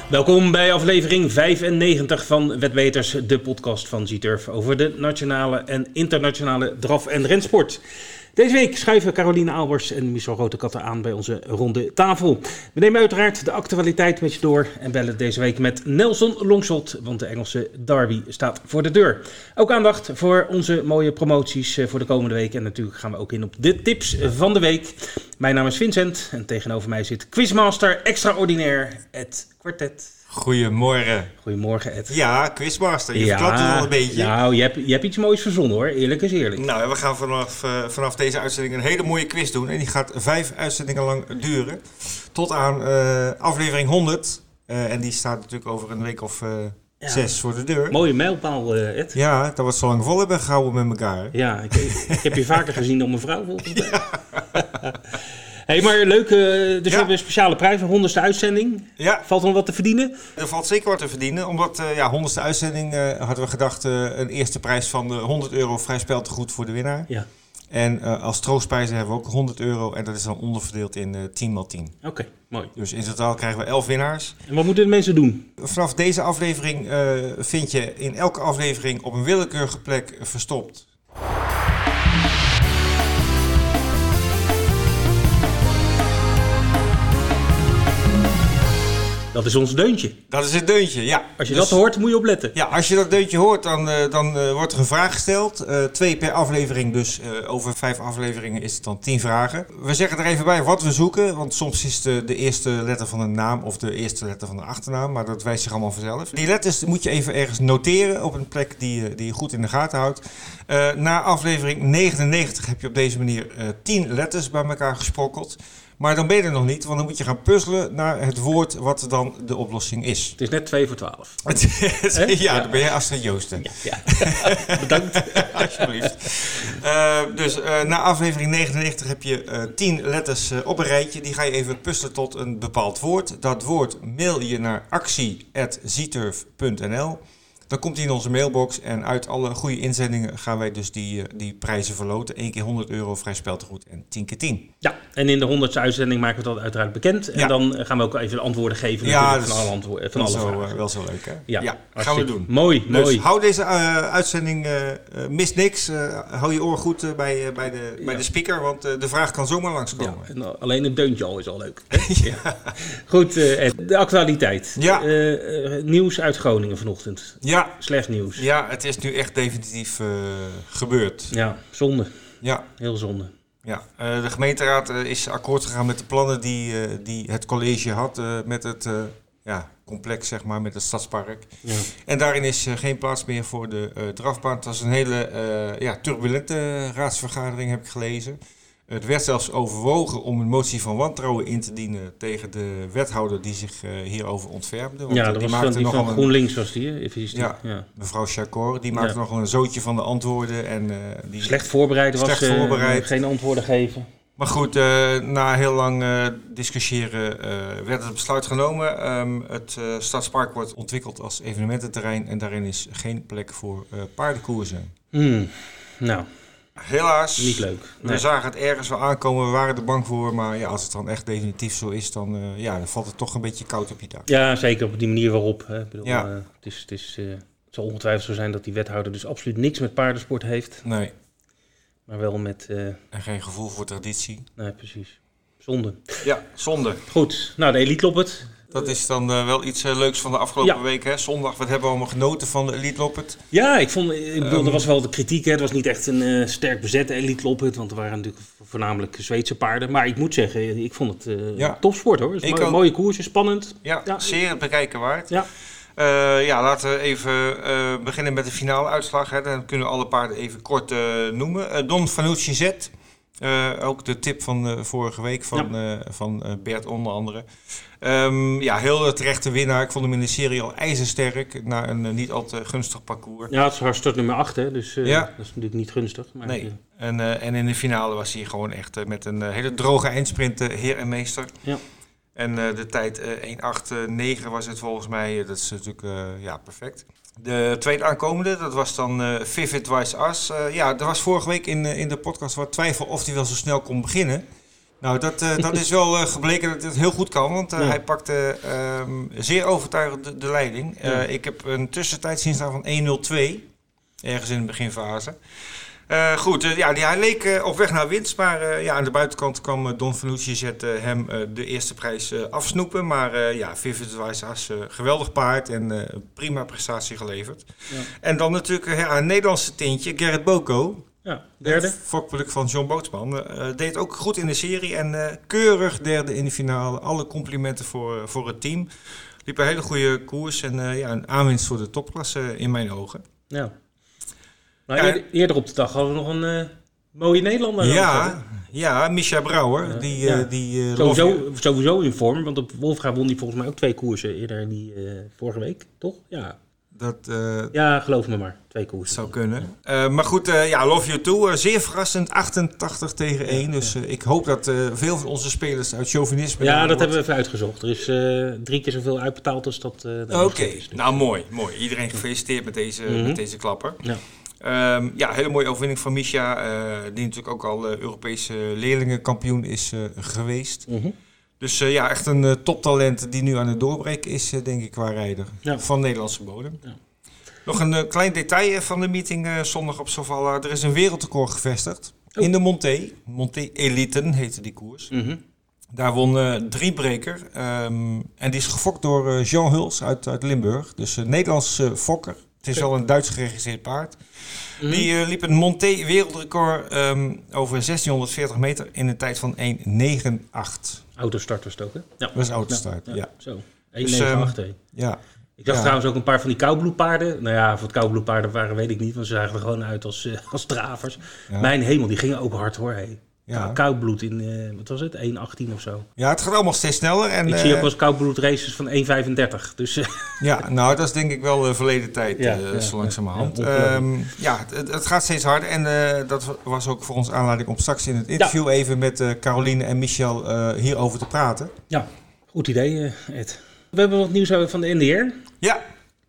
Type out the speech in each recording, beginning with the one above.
Welkom bij aflevering 95 van Wetbeters, de podcast van Z-Turf over de nationale en internationale draf- en rensport. Deze week schuiven Caroline Albers en Michel Rotekatten aan bij onze ronde tafel. We nemen uiteraard de actualiteit met je door en bellen deze week met Nelson Longshot, want de Engelse derby staat voor de deur. Ook aandacht voor onze mooie promoties voor de komende week en natuurlijk gaan we ook in op de tips van de week. Mijn naam is Vincent en tegenover mij zit quizmaster extraordinair Ed Quartet. Goedemorgen. Goedemorgen, Ed. Ja, quizmaster. Je verklapt het al een beetje. Nou, je hebt iets moois verzonnen hoor. Eerlijk is eerlijk. Nou, we gaan vanaf deze uitzending een hele mooie quiz doen. En die gaat 5 uitzendingen lang duren. Tot aan aflevering 100. En die staat natuurlijk over een week of 6 voor de deur. Mooie mijlpaal, Ed. Ja, dat we het zo lang vol hebben gehouden met elkaar. Ja, ik heb je vaker gezien dan mijn vrouw volgens mij. Hey, maar leuk, dus we hebben een speciale prijs, een 100ste uitzending. Ja. Valt er nog wat te verdienen? Er valt zeker wat te verdienen, omdat 100ste uitzending hadden we gedacht een eerste prijs van €100 vrij speltegoed voor de winnaar. Ja. En als troostprijzen hebben we ook €100 en dat is dan onderverdeeld in 10x10. Oké, mooi. Dus in totaal krijgen we 11 winnaars. En wat moeten de mensen doen? Vanaf deze aflevering vind je in elke aflevering op een willekeurige plek verstopt Dat is ons deuntje. Dat is het deuntje, ja. Als je dat hoort, moet je opletten. Ja, als je dat deuntje hoort, dan wordt er een vraag gesteld. 2 per aflevering, dus over 5 afleveringen is het dan 10 vragen. We zeggen er even bij wat we zoeken, want soms is het de eerste letter van een naam of de eerste letter van de achternaam, maar dat wijst zich allemaal vanzelf. Die letters moet je even ergens noteren op een plek die je goed in de gaten houdt. Na aflevering 99 heb je op deze manier 10 letters bij elkaar gesprokkeld. Maar dan ben je er nog niet, want dan moet je gaan puzzelen naar het woord wat dan de oplossing is. Het is net 2 voor 12. Ja, dan ben je Astrid Joosten. Ja. Bedankt. Alsjeblieft. Dus na aflevering 99 heb je 10 letters op een rijtje. Die ga je even puzzelen tot een bepaald woord. Dat woord mail je naar actie@zturf.nl. Dan komt hij in onze mailbox en uit alle goede inzendingen gaan wij dus die prijzen verloten. 1 keer €100 vrij speltegoed en 10 keer 10. Ja, en in de 100ste uitzending maken we dat uiteraard bekend. En dan gaan we ook even de antwoorden geven van alle antwoorden. Van alle vragen. Wel zo leuk, hè? Ja, gaan we doen. Mooi. Hou deze uitzending, mis niks. Hou je oor goed bij de speaker, want de vraag kan zomaar langskomen. Ja, en alleen een deuntje al is al leuk. Ja. Goed, de actualiteit. Ja. Nieuws uit Groningen vanochtend. Ja. Slecht nieuws. Ja, het is nu echt definitief gebeurd. Ja, zonde. Ja. Heel zonde. Ja, de gemeenteraad is akkoord gegaan met de plannen die het college had met het complex, zeg maar, met het stadspark. Ja. En daarin is geen plaats meer voor de drafbaan. Het was een hele turbulente raadsvergadering, heb ik gelezen. Het werd zelfs overwogen om een motie van wantrouwen in te dienen tegen de wethouder die zich hierover ontfermde. Want, dat was die van GroenLinks was die. Ja, mevrouw Chacor, die maakte nog een zootje van de antwoorden. En, die slecht voorbereid was, geen antwoorden geven. Maar goed, na heel lang discussiëren werd het besluit genomen. Het stadspark wordt ontwikkeld als evenemententerrein en daarin is geen plek voor paardenkoersen. Nou... Helaas. Niet leuk. Nee. We zagen het ergens wel aankomen, we waren er bang voor. Maar ja, als het dan echt definitief zo is, dan valt het toch een beetje koud op je dak. Ja, zeker op die manier waarop. Hè. Ik bedoel, het zal ongetwijfeld zo zijn dat die wethouder dus absoluut niks met paardensport heeft. Nee. Maar wel met... En geen gevoel voor traditie. Nee, precies. Zonde. Ja, zonde. Goed, nou de Elite Loppet. Dat is dan wel iets leuks van de afgelopen week, hè? Zondag, wat hebben we allemaal genoten van de Elite Loppet? Ja, ik bedoel, er was wel de kritiek, hè. Het was niet echt een sterk bezette Elite Loppet, want er waren natuurlijk voornamelijk Zweedse paarden. Maar ik moet zeggen, ik vond het topsport hoor. Het mooie koersen, spannend. Ja, zeer het bekijken waard. Ja. Laten we even beginnen met de finale uitslag. Hè. Dan kunnen we alle paarden even kort noemen. Don Fanucci Z. Ook de tip van vorige week van Bert onder andere. Heel terechte winnaar. Ik vond hem in de serie al ijzersterk na een niet al te gunstig parcours. Ja, het is haar start nummer 8, hè, dus dat is natuurlijk niet gunstig. Maar nee. En in de finale was hij gewoon echt met een hele droge eindsprint heer en meester. Ja. En de tijd 1.8.9 was het volgens mij. Dat is natuurlijk perfect. De tweede aankomende, dat was dan Vivid Wise As. Er was vorige week in de podcast wat twijfel of hij wel zo snel kon beginnen. Nou, dat is wel gebleken dat het heel goed kan, want hij pakte zeer overtuigend de leiding. Ik heb een tussentijd zien staan van 1:02, ergens in de beginfase. Hij leek op weg naar winst, maar aan de buitenkant kwam Don Fanucci zette hem de eerste prijs afsnoepen. Maar Vivid Wise geweldig paard en prima prestatie geleverd. Ja. En dan natuurlijk een Nederlandse tintje, Gerrit Boko. Ja, derde. Fokproduct van John Bootsman. Deed ook goed in de serie en keurig derde in de finale. Alle complimenten voor het team. Liep een hele goede koers en een aanwinst voor de topklasse in mijn ogen. Ja. Nou, eerder op de dag hadden we nog een mooie Nederlander. Ja, Misha Brouwer. Sowieso in vorm, want op Wolfga won die volgens mij ook 2 koersen eerder die vorige week, toch? Ja. Ja, geloof me maar. 2 koersen. Zou kunnen. Maar goed, Love You Too. Zeer verrassend, 88 tegen 1. Dus ik hoop dat veel van onze spelers uit chauvinisme... Ja, dat hebben we even uitgezocht. Er is 3 keer zoveel uitbetaald als dat... Oké, nou mooi. Iedereen gefeliciteerd met deze klapper. Ja. Hele mooie overwinning van Misha, die natuurlijk ook al Europese leerlingenkampioen is geweest. Dus echt een toptalent die nu aan het doorbreken is, denk ik, qua rijder van Nederlandse bodem. Ja. Nog een klein detail van de meeting zondag op Sovalla. Er is een wereldrecord gevestigd in de Monté. Monté Eliten heette die koers. Daar won Driebreker en die is gefokt door Jean Huls uit Limburg. Dus een Nederlandse fokker. Het is wel een Duits geregistreerd paard. Die liep een Monté wereldrecord over 1640 meter in een tijd van 1:09:8. Autostart was het ook, hè? Ja. Dat is autostart, ja. Zo, 1:09:8. Ja. Ik zag trouwens ook een paar van die koudbloedpaarden. Nou ja, of het koudbloedpaarden waren, weet ik niet. Want ze zagen er gewoon uit als dravers. Ja. Mijn hemel, die gingen ook hard hoor. Hey. Ja. Koudbloed in, wat was het? 1:18 of zo. Ja, het gaat allemaal steeds sneller. En, ik zie ook wel eens koudbloed races van 1:35. Dus, ja, nou dat is denk ik wel verleden tijd, zo langzamerhand. Het gaat steeds harder. En dat was ook voor ons aanleiding om straks in het interview even met Caroline en Michel hierover te praten. Ja, goed idee Ed. We hebben wat nieuws van de NDR. Ja.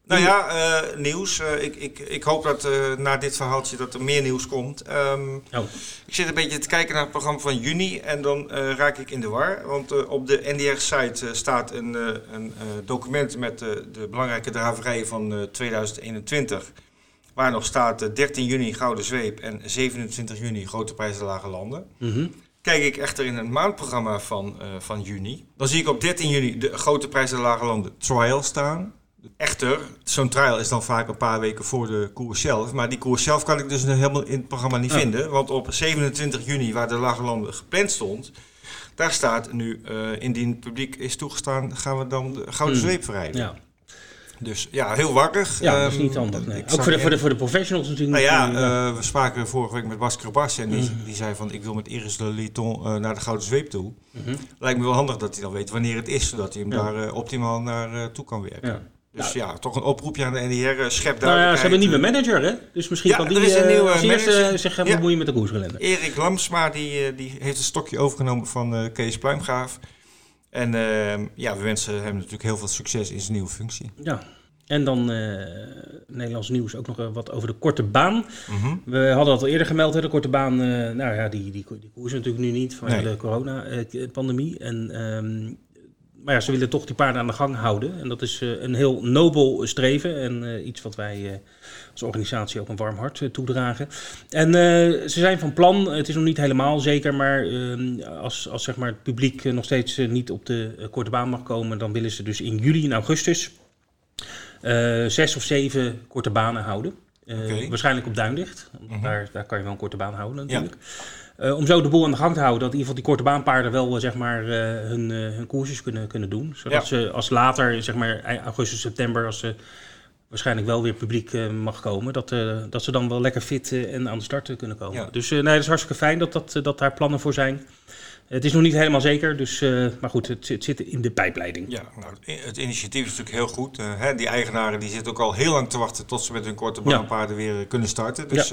Nieuws. Ik hoop dat na dit verhaaltje dat er meer nieuws komt. Ik zit een beetje te kijken naar het programma van juni en dan raak ik in de war. Want op de NDR-site staat een document met de belangrijke draverijen van 2021. Waar nog staat 13 juni Gouden Zweep en 27 juni Grote Prijs de Lage Landen. Kijk ik echter in het maandprogramma van juni. Dan zie ik op 13 juni de Grote Prijs de Lage Landen trial staan. Echter, zo'n trial is dan vaak een paar weken voor de koers zelf. Maar die koers zelf kan ik dus helemaal in het programma niet vinden. Want op 27 juni, waar de Lage Landen gepland stond... daar staat nu, indien het publiek is toegestaan... gaan we dan de Gouden Zweep verrijden. Ja. Dus ja, heel wakkig. Ja, dat is niet handig. Nee. Ook voor de professionals natuurlijk. We spraken vorige week met Bas Krabas en die zei van... ik wil met Iris Le Liton naar de Gouden Zweep toe. Lijkt me wel handig dat hij dan weet wanneer het is... zodat hij hem daar optimaal naar toe kan werken. Ja. Dus toch een oproepje aan de NDR, schep duidelijkheid. Ze hebben een nieuwe manager, hè? Dus misschien kan die als eerste zich bemoeien met de koerskalender. Erik Lamsma, die heeft een stokje overgenomen van Kees Pluimgraaf. En we wensen hem natuurlijk heel veel succes in zijn nieuwe functie. Ja, en dan Nederlands nieuws ook nog wat over de korte baan. We hadden dat al eerder gemeld, hè, de korte baan. Die koers natuurlijk nu niet vanwege de corona-pandemie. Maar ze willen toch die paarden aan de gang houden. En dat is een heel nobel streven. En iets wat wij als organisatie ook een warm hart toedragen. En ze zijn van plan, het is nog niet helemaal zeker... maar als zeg maar het publiek nog steeds niet op de korte baan mag komen... dan willen ze dus in juli en augustus 6 of 7 korte banen houden. Waarschijnlijk op Duinlicht. Daar kan je wel een korte baan houden natuurlijk. Ja. Om zo de boel aan de gang te houden, dat in ieder geval die korte baanpaarden wel hun koersjes kunnen doen. Zodat ze als later, zeg maar augustus, september, als ze waarschijnlijk wel weer publiek mag komen, dat ze dan wel lekker fit en aan de start kunnen komen. Ja. Dus dat is hartstikke fijn dat daar plannen voor zijn. Het is nog niet helemaal zeker, dus, maar goed, het zit in de pijpleiding. Ja, nou, het initiatief is natuurlijk heel goed. Die eigenaren die zitten ook al heel lang te wachten tot ze met hun korte baanpaarden weer kunnen starten. Dus,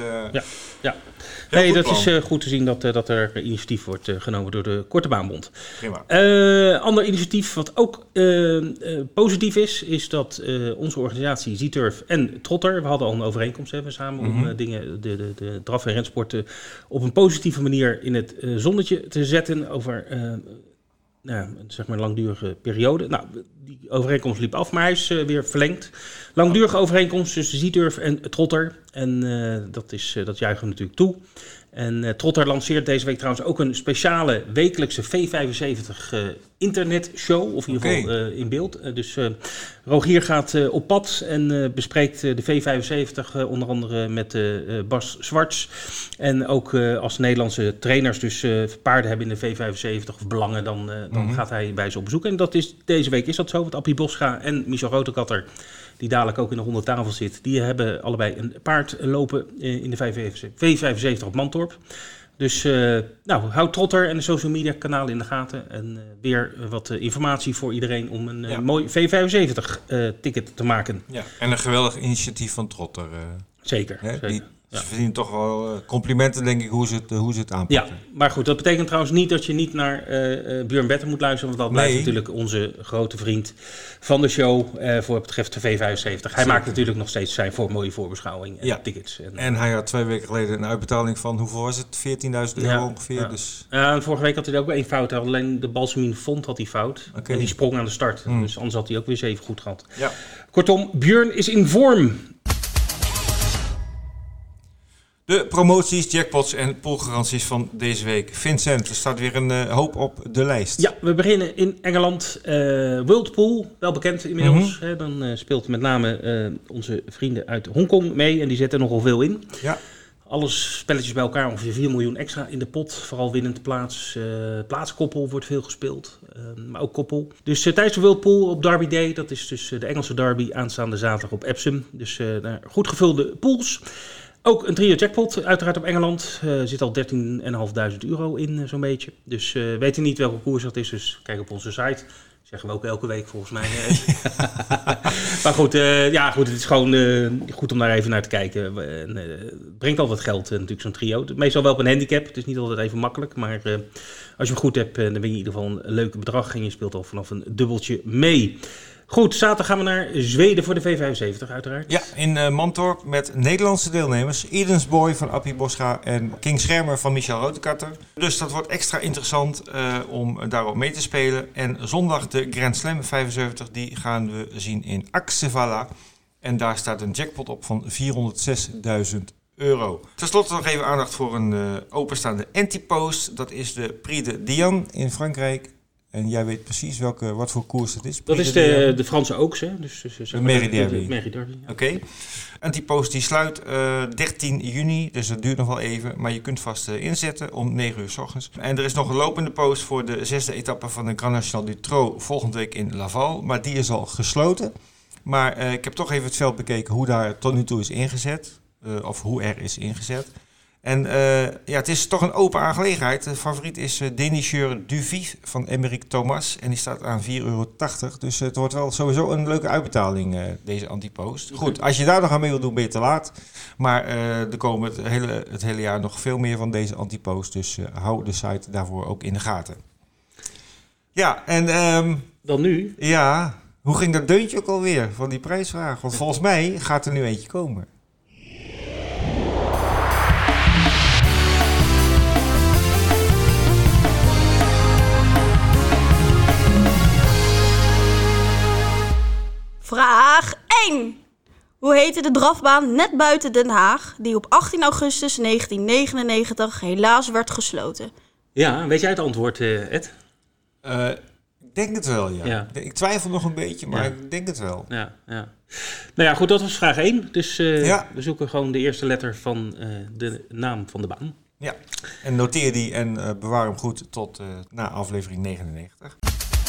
nee, dat is goed te zien dat er initiatief wordt genomen door de Korte Baanbond. Prima. Ander initiatief wat ook positief is dat onze organisatie Z-Turf en Trotter, we hadden al een overeenkomst samen om dingen, de draf- en rensporten op een positieve manier in het zonnetje te zetten. over zeg maar een langdurige periode. Nou, die overeenkomst liep af, maar hij is weer verlengd. Langdurige overeenkomst tussen Z-Turf en Trotter. En dat juichen we natuurlijk toe. En Trotter lanceert deze week trouwens ook een speciale wekelijkse V75 internetshow. Of in ieder geval in beeld. Dus Rogier gaat op pad en bespreekt de V75 onder andere met Bas Zwarts. En ook als Nederlandse trainers dus paarden hebben in de V75 of belangen, dan gaat hij bij ze op bezoek. En deze week is dat zo, want Appie Boscha en Michel Rotekatter, die dadelijk ook in de ronde tafel zit, die hebben allebei een paard lopen in de V75 op Mantorp. Dus houd Trotter en de social media kanalen in de gaten. En weer wat informatie voor iedereen om een mooi V75 ticket te maken. Ja, en een geweldig initiatief van Trotter. Zeker. Zeker. Ze verdienen toch wel complimenten, denk ik, hoe ze het aanpakken. Ja, maar goed, dat betekent trouwens niet dat je niet naar Björn Wetter moet luisteren. Want dat blijft natuurlijk onze grote vriend van de show voor wat betreft de V75. Hij maakt natuurlijk nog steeds zijn mooie voorbeschouwing en tickets. En hij had 2 weken geleden een uitbetaling van, hoeveel was het? 14.000 euro ongeveer. Ja. Dus. En vorige week had hij ook wel 1 fout. Alleen de Balsamine Font had hij fout. Okay. En die sprong aan de start. Dus anders had hij ook weer 7 goed gehad. Ja. Kortom, Björn is in vorm. De promoties, jackpots en poolgaranties van deze week. Vincent, er staat weer een hoop op de lijst. Ja, we beginnen in Engeland. World Pool, wel bekend inmiddels. Dan speelt met name onze vrienden uit Hongkong mee. En die zetten nogal veel in. Ja. Alles spelletjes bij elkaar, ongeveer 4 miljoen extra in de pot. Vooral winnend plaats. Plaatskoppel wordt veel gespeeld, maar ook koppel. Dus tijdens de World Pool op Derby Day, dat is dus de Engelse derby aanstaande zaterdag op Epsom. Dus goed gevulde pools. Ook een trio jackpot, uiteraard op Engeland. Zit al €13.500 in, zo'n beetje. Dus weten niet welke koers dat is, dus kijk op onze site. Zeggen we ook elke week volgens mij. Maar goed, het is gewoon goed om daar even naar te kijken. Het brengt al wat geld natuurlijk, zo'n trio. Meestal wel op een handicap, het is niet altijd even makkelijk. Maar als je hem goed hebt, dan win je in ieder geval een leuk bedrag. En je speelt al vanaf een dubbeltje mee. Goed, zaterdag gaan we naar Zweden voor de V75 uiteraard. Ja, in Mantorp met Nederlandse deelnemers. Edens Boy van Appie Boscha en King Schermer van Michel Rotekatter. Dus dat wordt extra interessant om daarop mee te spelen. En zondag de Grand Slam 75, die gaan we zien in Axevalla. En daar staat een jackpot op van €406.000. Ten slotte nog even aandacht voor een openstaande antipost. Dat is de Prix de Diane in Frankrijk. En jij weet precies wat voor koers het is. Dat is de Franse Oaks, hè? Dus de Mairie Derby. Ja. Oké. Antipost die sluit 13 juni, dus dat duurt nog wel even. Maar je kunt vast inzetten om 9 uur 's ochtends. En er is nog een lopende post voor de 6e etappe van de Grand National du Trot volgende week in Laval. Maar die is al gesloten. Maar ik heb toch even het veld bekeken hoe daar tot nu toe is ingezet. Of hoe er is ingezet. En het is toch een open aangelegenheid. De favoriet is Dénicheur du Vif van Émeric Thomas. En die staat aan €4,80. Dus het wordt wel sowieso een leuke uitbetaling, deze antipost. Goed, als je daar nog aan mee wil doen, ben je te laat. Maar er komen het hele jaar nog veel meer van deze antipost. Dus hou de site daarvoor ook in de gaten. Ja, en dan nu? Ja, hoe ging dat deuntje ook alweer van die prijsvraag? Want volgens mij gaat er nu eentje komen. Vraag 1. Hoe heette de drafbaan net buiten Den Haag die op 18 augustus 1999 helaas werd gesloten? Ja, weet jij het antwoord, Ed? Ik denk het wel, ja. Ik twijfel nog een beetje, maar ik denk het wel. Ja. Nou ja, goed, dat was vraag 1. Dus we zoeken gewoon de eerste letter van de naam van de baan. Ja, en noteer die en bewaar hem goed tot na aflevering 99.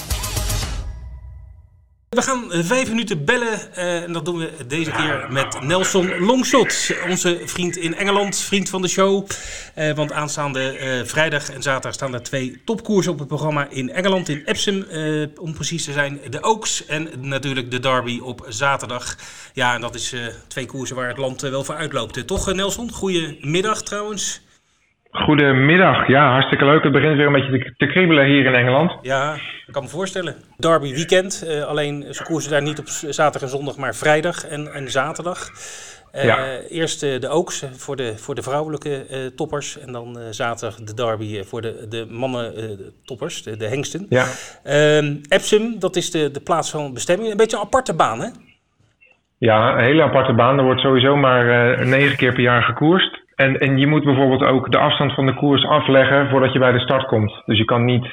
We gaan 5 minuten bellen en dat doen we deze keer met Nelson Longshot. Onze vriend in Engeland, vriend van de show. Want aanstaande vrijdag en zaterdag staan er 2 topkoersen op het programma in Engeland. In Epsom, om precies te zijn, de Oaks en natuurlijk de Derby op zaterdag. Ja, en dat is 2 koersen waar het land wel voor uitloopt. Toch Nelson? Goedemiddag trouwens. Goedemiddag, ja, hartstikke leuk. Het begint weer een beetje te kriebelen hier in Engeland. Ja, ik kan me voorstellen. Derby weekend, alleen ze koersen daar niet op zaterdag en zondag, maar vrijdag en zaterdag. Eerst de Oaks voor de vrouwelijke toppers. En dan zaterdag de derby voor de mannen toppers, de hengsten. Ja. Epsom, dat is de plaats van bestemming. Een beetje een aparte baan, hè? Ja, een hele aparte baan. Er wordt sowieso maar 9 keer per jaar gekoerst. En je moet bijvoorbeeld ook de afstand van de koers afleggen voordat je bij de start komt. Dus je kan niet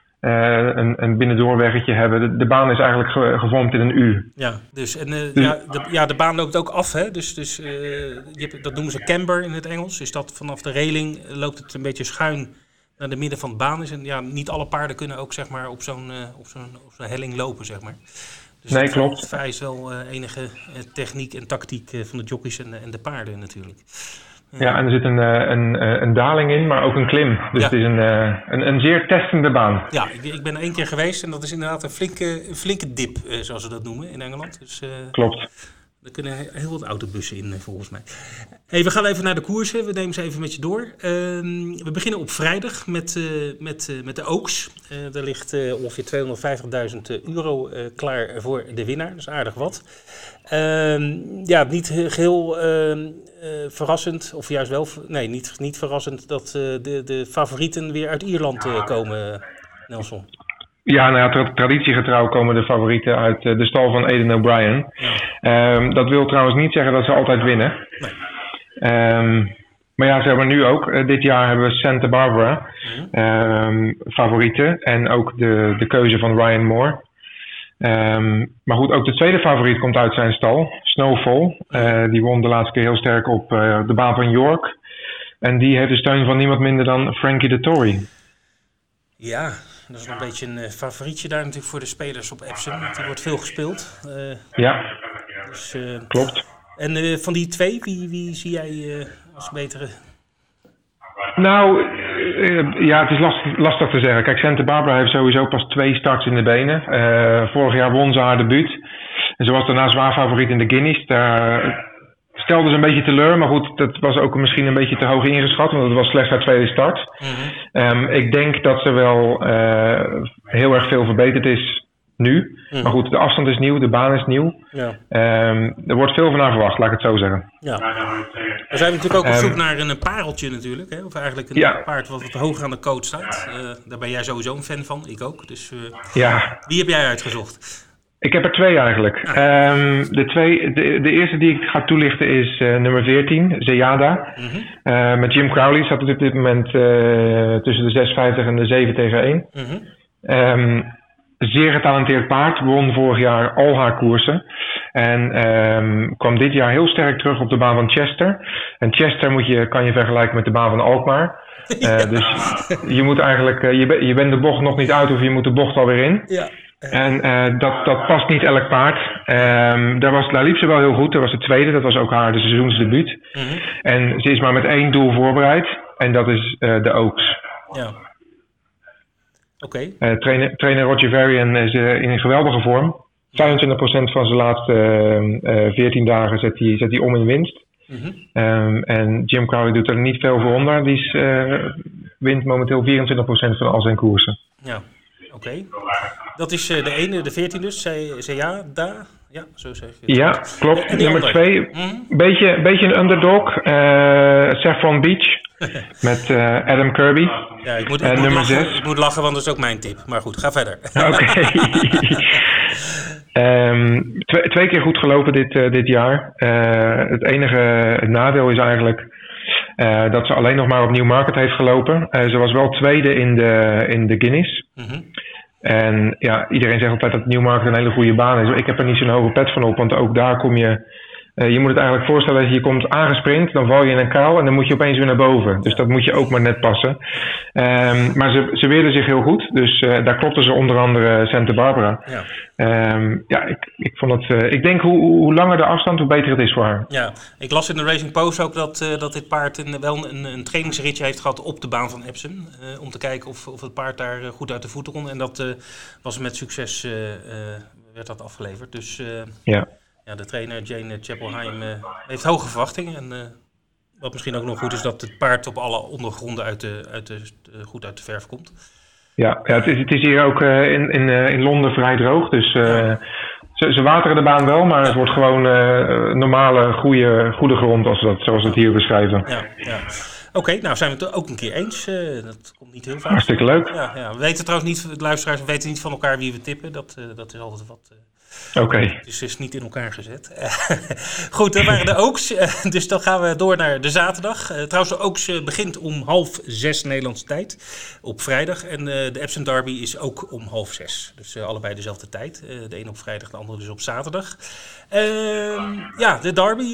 een binnendoorweggetje hebben. De baan is eigenlijk gevormd in een U. Ja, dus de baan loopt ook af, hè? Dus dat noemen ze camber in het Engels. Dus dat vanaf de reling loopt het een beetje schuin naar de midden van de baan is. En ja, niet alle paarden kunnen ook zeg maar op zo'n helling lopen, zeg maar. Dus nee, klopt. Het vereist wel enige techniek en tactiek van de jockeys en de paarden natuurlijk. Ja, en er zit een daling in, maar ook een klim. Dus het is een zeer testende baan. Ja, ik ben er 1 keer geweest en dat is inderdaad een flinke dip, zoals ze dat noemen in Engeland. Dus, klopt. Er kunnen heel wat autobussen in, volgens mij. Hey, we gaan even naar de koersen. We nemen ze even met je door. We beginnen op vrijdag met de Oaks. Daar ligt ongeveer €250.000 klaar voor de winnaar. Dat is aardig wat. Niet geheel verrassend, of juist wel... Nee, niet verrassend dat de favorieten weer uit Ierland komen, Nelson. Ja, nou ja, traditiegetrouw komen de favorieten uit de stal van Aidan O'Brien. Ja. Dat wil trouwens niet zeggen dat ze altijd winnen. Nee. Maar ja, ze hebben nu ook. Dit jaar hebben we Santa Barbara favorieten. En ook de keuze van Ryan Moore. Maar goed, ook de tweede favoriet komt uit zijn stal. Snowfall. Die won de laatste keer heel sterk op de baan van York. En die heeft de steun van niemand minder dan Frankie Dettori. Ja, dat is een beetje een favorietje daar natuurlijk voor de spelers op Epsom. Die wordt veel gespeeld. Ja, dus, klopt. En van die twee, wie zie jij als betere? Nou, het is lastig te zeggen. Kijk, Santa Barbara heeft sowieso pas 2 starts in de benen. Vorig jaar won ze haar debuut. En ze was daarna zwaar favoriet in de Guineas. Daar stelde ze een beetje teleur, maar goed, dat was ook misschien een beetje te hoog ingeschat, want het was slechts haar tweede start. Ik denk dat ze wel heel erg veel verbeterd is nu. Maar goed, de afstand is nieuw, de baan is nieuw. Ja. Er wordt veel van haar verwacht, laat ik het zo zeggen. Ja. We zijn natuurlijk ook op zoek naar een pareltje natuurlijk, hè? Of eigenlijk een paard wat hoog aan de coach staat. Daar ben jij sowieso een fan van, ik ook. Dus wie heb jij uitgezocht? Ik heb er 2 eigenlijk. De eerste die ik ga toelichten is nummer 14, Zeyada. Met Jim Crowley staat op dit moment tussen de 6,50 en de 7/1. Zeer getalenteerd paard, won vorig jaar al haar koersen. En kwam dit jaar heel sterk terug op de baan van Chester. En Chester kan je vergelijken met de baan van Alkmaar. Dus je moet eigenlijk, je bent de bocht nog niet uit of je moet de bocht alweer in. Ja. En dat past niet elk paard. Daar liep ze wel heel goed. Dat was de tweede. Dat was ook haar de seizoensdebuut. En ze is maar met 1 doel voorbereid. En dat is de Oaks. Ja. Oké. Trainer Roger Varian is in een geweldige vorm. 25% van zijn laatste 14 dagen zet hij om in winst. En Jim Crowley doet er niet veel voor onder. Die wint momenteel 24% van al zijn koersen. Ja. Oké. Dat is de ene, de 14 dus, Zeyada. Ja, zo zeg je het. Ja, klopt. Nummer 2, beetje een underdog. Saffron Beach met Adam Kirby. Ja, ik moet lachen, want dat is ook mijn tip. Maar goed, ga verder. Oké. 2 keer goed gelopen dit jaar. Het enige nadeel is eigenlijk dat ze alleen nog maar op Newmarket heeft gelopen. Ze was wel tweede in de Guineas. En ja, iedereen zegt altijd dat Newmarket een hele goede baan is. Ik heb er niet zo'n hoge pet van op, want ook daar kom je... je moet het eigenlijk voorstellen dat je komt aangesprint, dan val je in een kuil en dan moet je opeens weer naar boven. Dus dat moet je ook maar net passen. Maar ze weerden zich heel goed, dus daar klopten ze onder andere Santa Barbara. Ja. Ik vond het... ik denk hoe langer de afstand, hoe beter het is voor haar. Ja, ik las in de Racing Post ook dat dit paard wel een trainingsritje heeft gehad op de baan van Epsom. Om te kijken of het paard daar goed uit de voeten kon. En dat was met succes werd dat afgeleverd. Dus ja, de trainer Jane Chapelheim heeft hoge verwachtingen. En wat misschien ook nog goed is dat het paard op alle ondergronden goed uit de verf komt. Ja, het is hier ook in Londen vrij droog. Dus Ze wateren de baan wel, maar het wordt gewoon normale, goede grond, zoals we het hier beschrijven. Ja. Oké, nou zijn we het ook een keer eens. Dat komt niet heel vaak. Hartstikke leuk. Ja. We weten trouwens niet, de luisteraars weten niet van elkaar wie we tippen. Dat is altijd wat... Oké. Dus het is niet in elkaar gezet. Goed, dat waren de Oaks. Dus dan gaan we door naar de zaterdag. Trouwens, de Oaks begint om 5:30 Nederlandse tijd op vrijdag. En de Epsom Derby is ook om 5:30. Dus allebei dezelfde tijd. De een op vrijdag, de andere dus op zaterdag. De Derby,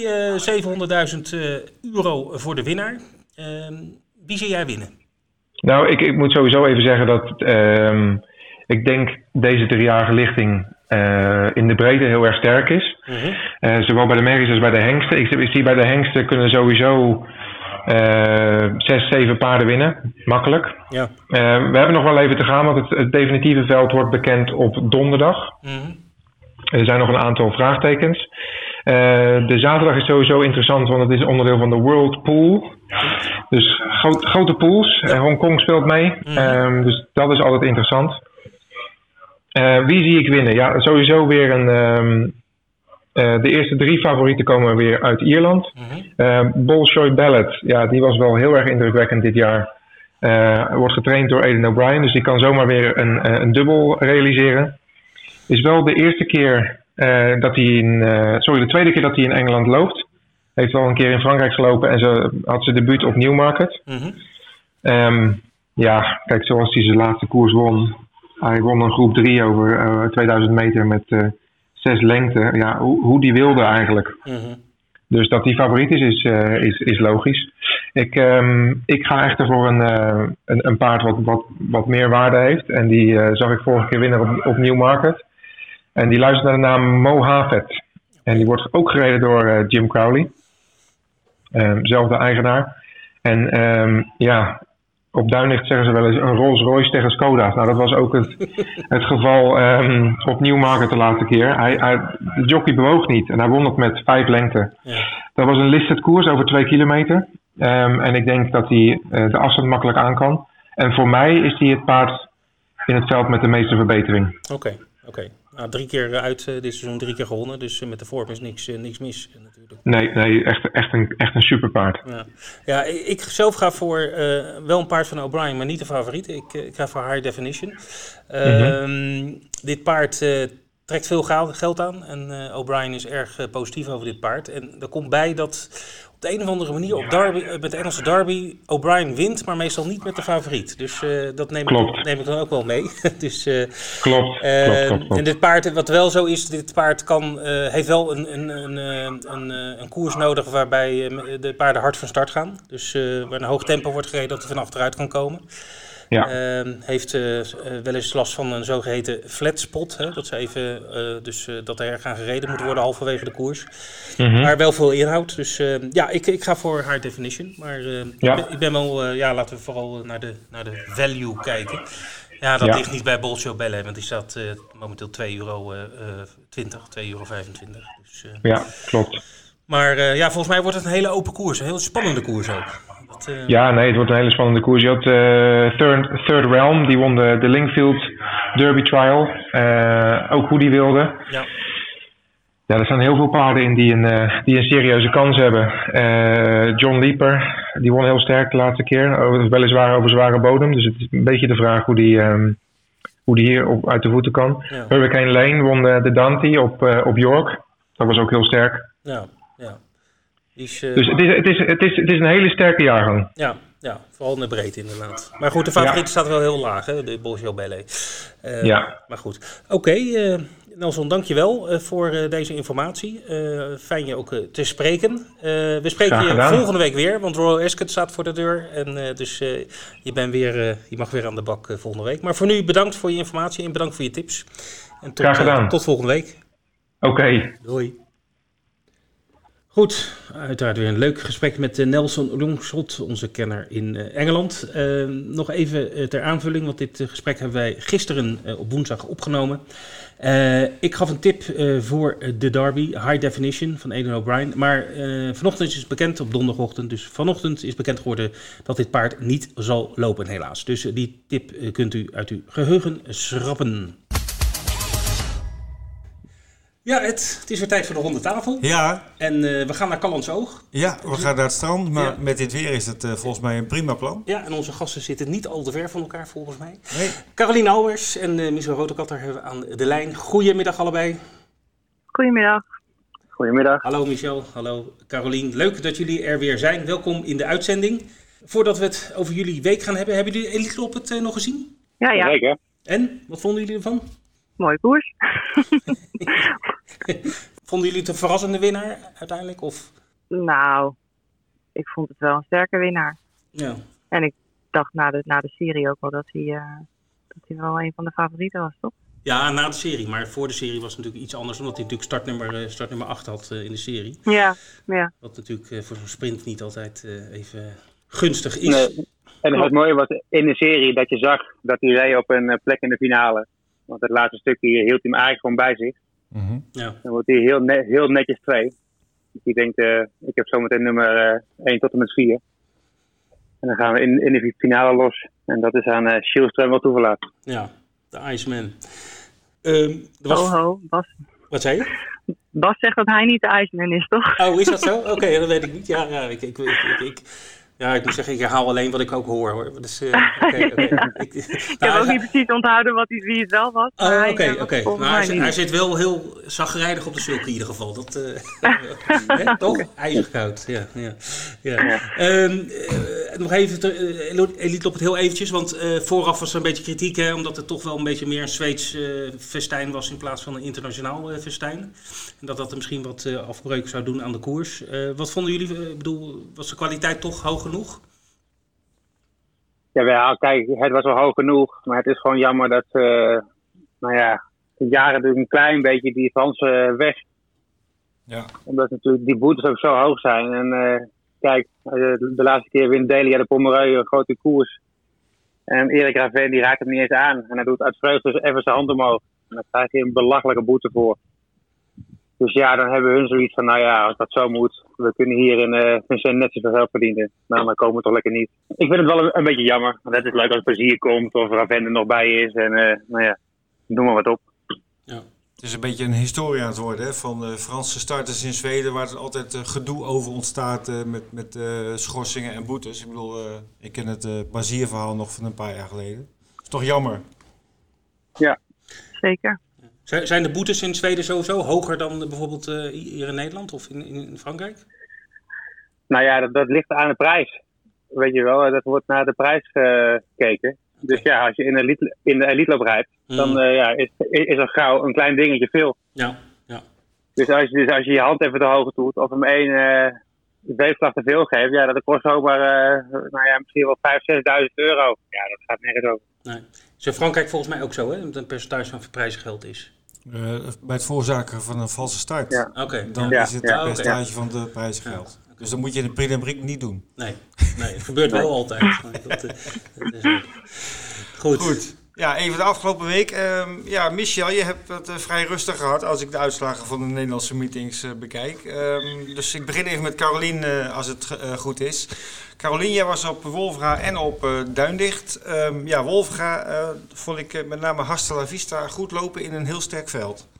€700.000 voor de winnaar. Wie zie jij winnen? Nou, ik moet sowieso even zeggen dat ik denk deze 3-jarige lichting in de breedte heel erg sterk is. Mm-hmm. Zowel bij de merries als bij de hengsten. Ik zie bij de hengsten kunnen sowieso 6, 7 paarden winnen. Makkelijk. Ja. We hebben nog wel even te gaan, want het definitieve veld wordt bekend op donderdag. Mm-hmm. Er zijn nog een aantal vraagtekens. De zaterdag is sowieso interessant, want het is onderdeel van de World Pool. Dus grote pools. Hongkong speelt mee. Mm-hmm. Dus dat is altijd interessant. Wie zie ik winnen? Ja, sowieso weer de eerste 3 favorieten komen weer uit Ierland. Mm-hmm. Bolshoi Ballet, ja, die was wel heel erg indrukwekkend dit jaar. Wordt getraind door Aidan O'Brien, dus die kan zomaar weer een dubbel realiseren. Is wel de eerste keer de tweede keer dat hij in Engeland loopt. Heeft al een keer in Frankrijk gelopen en had zijn debuut op Newmarket. Mm-hmm. Kijk, zoals hij zijn laatste koers won. Hij won een groep 3 over 2000 meter met 6 lengte. Ja, hoe die wilde eigenlijk. Mm-hmm. Dus dat die favoriet is logisch. Ik ga echter voor een paard wat meer waarde heeft. En die zag ik vorige keer winnen op Newmarket. En die luistert naar de naam Mohavet. En die wordt ook gereden door Jim Crowley. Zelfde eigenaar. En op Duinlicht zeggen ze wel eens een Rolls Royce tegen Skoda's. Nou, dat was ook het geval op Newmarket de laatste keer. De jockey bewoog niet en hij won het met 5 lengte. Ja. Dat was een listed koers over 2 kilometer. En ik denk dat hij de afstand makkelijk aan kan. En voor mij is hij het paard in het veld met de meeste verbetering. Oké. Nou, 3 keer uit dit seizoen, 3 keer gewonnen. Dus met de vorm is niks mis natuurlijk. Nee, echt een super paard. Ja, ik zelf ga voor wel een paard van O'Brien, maar niet de favoriet. Ik ga voor High Definition. Dit paard trekt veel geld aan. En O'Brien is erg positief over dit paard. En er komt bij dat op de een of andere manier met de Engelse Derby O'Brien wint, maar meestal niet met de favoriet. Dus dat neem ik dan ook wel mee. Dus, Klopt. En dit paard, wat wel zo is, dit paard heeft wel een koers nodig waarbij de paarden hard van start gaan. Dus waar een hoog tempo wordt gereden, dat hij van achteruit kan komen. Ja. Heeft wel eens last van een zogeheten flat spot. Hè? Dat ze even, dat er gaan gereden moet worden halverwege de koers. Mm-hmm. Maar wel veel inhoud. Dus ik ga voor High Definition. Maar ik ben wel, laten we vooral naar de value kijken. Ja, dat ligt niet bij Bolshoi Ballet, want die staat momenteel €2,20, €2,25. Dus, ja, klopt. Maar volgens mij wordt het een hele open koers. Een heel spannende koers ook. Het wordt een hele spannende koers. Je had Third Realm, die won de Lingfield Derby Trial. Ook hoe die wilde. Ja, er staan heel veel paarden in die een serieuze kans hebben. John Leaper, die won heel sterk de laatste keer. Weliswaar over zware bodem. Dus het is een beetje de vraag hoe die hier uit de voeten kan. Ja. Hurricane Lane won de Dante op York. Dat was ook heel sterk. Ja. Dus het is een hele sterke jaargang. Ja, vooral in de breedte inderdaad. Maar goed, de favoriet staat wel heel laag, hè, de Bolshoi Ballet. Maar goed. Oké, Nelson, dankjewel voor deze informatie. Fijn je ook te spreken. We spreken je volgende week weer, want Royal Ascot staat voor de deur. En dus je mag weer aan de bak volgende week. Maar voor nu bedankt voor je informatie en bedankt voor je tips. En graag gedaan. Tot volgende week. Oké. Doei. Goed, uiteraard weer een leuk gesprek met Nelson Longshot, onze kenner in Engeland. Nog even ter aanvulling, want dit gesprek hebben wij gisteren op woensdag opgenomen. Ik gaf een tip voor de Derby, High Definition van Aidan O'Brien. Maar vanochtend is het bekend, op donderdagochtend, dus vanochtend is bekend geworden dat dit paard niet zal lopen helaas. Dus die tip kunt u uit uw geheugen schrappen. Ja, het is weer tijd voor de ronde tafel. Ja. En we gaan naar Callantsoog. Ja, we gaan naar het strand, maar met dit weer is het volgens mij een prima plan. Ja, en onze gasten zitten niet al te ver van elkaar volgens mij. Nee. Caroline Albers en Michel Rotekatter hebben we aan de lijn. Goedemiddag allebei. Goedemiddag. Goedemiddag. Hallo Michel, hallo Caroline. Leuk dat jullie er weer zijn. Welkom in de uitzending. Voordat we het over jullie week gaan hebben jullie Elite Lopp het nog gezien? Ja. Zeker. En, wat vonden jullie ervan? Mooie koers. Vonden jullie het een verrassende winnaar uiteindelijk? Of? Nou, ik vond het wel een sterke winnaar. Ja. En ik dacht na de serie ook wel dat hij wel een van de favorieten was, toch? Ja, na de serie. Maar voor de serie was het natuurlijk iets anders. Omdat hij natuurlijk startnummer 8 had in de serie. Ja. Wat natuurlijk voor zo'n sprint niet altijd even gunstig is. Nee. En het mooie was in de serie dat je zag dat hij reed op een plek in de finale. Want het laatste stukje hield hij hem eigenlijk gewoon bij zich. Mm-hmm. Ja. Dan wordt hij heel netjes 2. Dus die denkt, ik heb zometeen nummer 1 tot en met 4. En dan gaan we in de finale los. En dat is aan Schielström wel toegelaten. Ja, de Iceman. Bas. Wat zei je? Bas zegt dat hij niet de Iceman is, toch? Oh, is dat zo? Oké, dat weet ik niet. Ja, ik moet zeggen, ik herhaal alleen wat ik ook hoor. Dus, oké. Ik heb ook niet precies onthouden wie het wel was. Oké. Maar hij zit wel heel zagrijnig op de sulke in ieder geval. Dat, toch? IJzerkoud. Ja. Nog even, Elite Lopp het heel eventjes. Want vooraf was er een beetje kritiek. Hè, omdat het toch wel een beetje meer een Zweeds festijn was in plaats van een internationaal festijn. En dat er misschien wat afbreuk zou doen aan de koers. Wat vonden jullie? Ik bedoel, was de kwaliteit toch hoog genoeg? Ja, kijk, het was wel hoog genoeg. Maar het is gewoon jammer dat de jaren natuurlijk een klein beetje die Fransen weg. Ja. Omdat natuurlijk die boetes ook zo hoog zijn. En kijk, de laatste keer wint Delia de Pomereux een grote koers. En Erik Raven die raakt hem niet eens aan. En hij doet uit vreugde even zijn hand omhoog. En daar krijg je een belachelijke boete voor. Dus ja, dan hebben hun zoiets van, als dat zo moet, we kunnen hier in Vincent net zoveel geld verdienen. Nou, dan komen we toch lekker niet. Ik vind het wel een beetje jammer. Want het is leuk als het plezier komt of Raven er nog bij is. En noem maar wat op. Ja. Het is een beetje een historie aan het worden, hè? Van Franse starters in Zweden, waar er altijd gedoe over ontstaat met schorsingen en boetes. Ik bedoel, ik ken het Bazier-verhaal nog van een paar jaar geleden. Dat is toch jammer? Ja. Zeker. Zijn de boetes in Zweden sowieso hoger dan bijvoorbeeld hier in Nederland of in Frankrijk? Nou ja, dat ligt aan de prijs. Weet je wel, dat wordt naar de prijs gekeken. Dus ja, als je in de Elite Lopp rijdt, dan is er gauw een klein dingetje veel. Ja. Dus als je je hand even te hoog doet of hem één weefslag te veel geeft, dat kost zomaar misschien wel 5.000-6.000 euro. Ja, dat gaat nergens over. Nee. Is in Frankrijk volgens mij ook zo, hè? Dat een percentage van prijsgeld is. Bij het veroorzaken van een valse start. Ja. Dan is het een percentage van de prijsgeld. Ja. Dus dat moet je in de Prix d'Amérique niet doen. Nee, het gebeurt wel altijd. Dat is goed. Ja, even de afgelopen week. Michel, je hebt het vrij rustig gehad als ik de uitslagen van de Nederlandse meetings bekijk. Dus ik begin even met Caroline, als het goed is. Caroline, jij was op Wolfga en op Duindicht. Wolfga vond ik met name Hasta la Vista goed lopen in een heel sterk veld.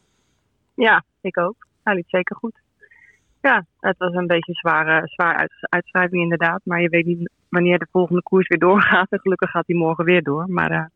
Ja, ik ook. Hij liep zeker goed. Ja, het was een beetje zwaar uitschrijving inderdaad. Maar je weet niet wanneer de volgende koers weer doorgaat. En gelukkig gaat hij morgen weer door. Maar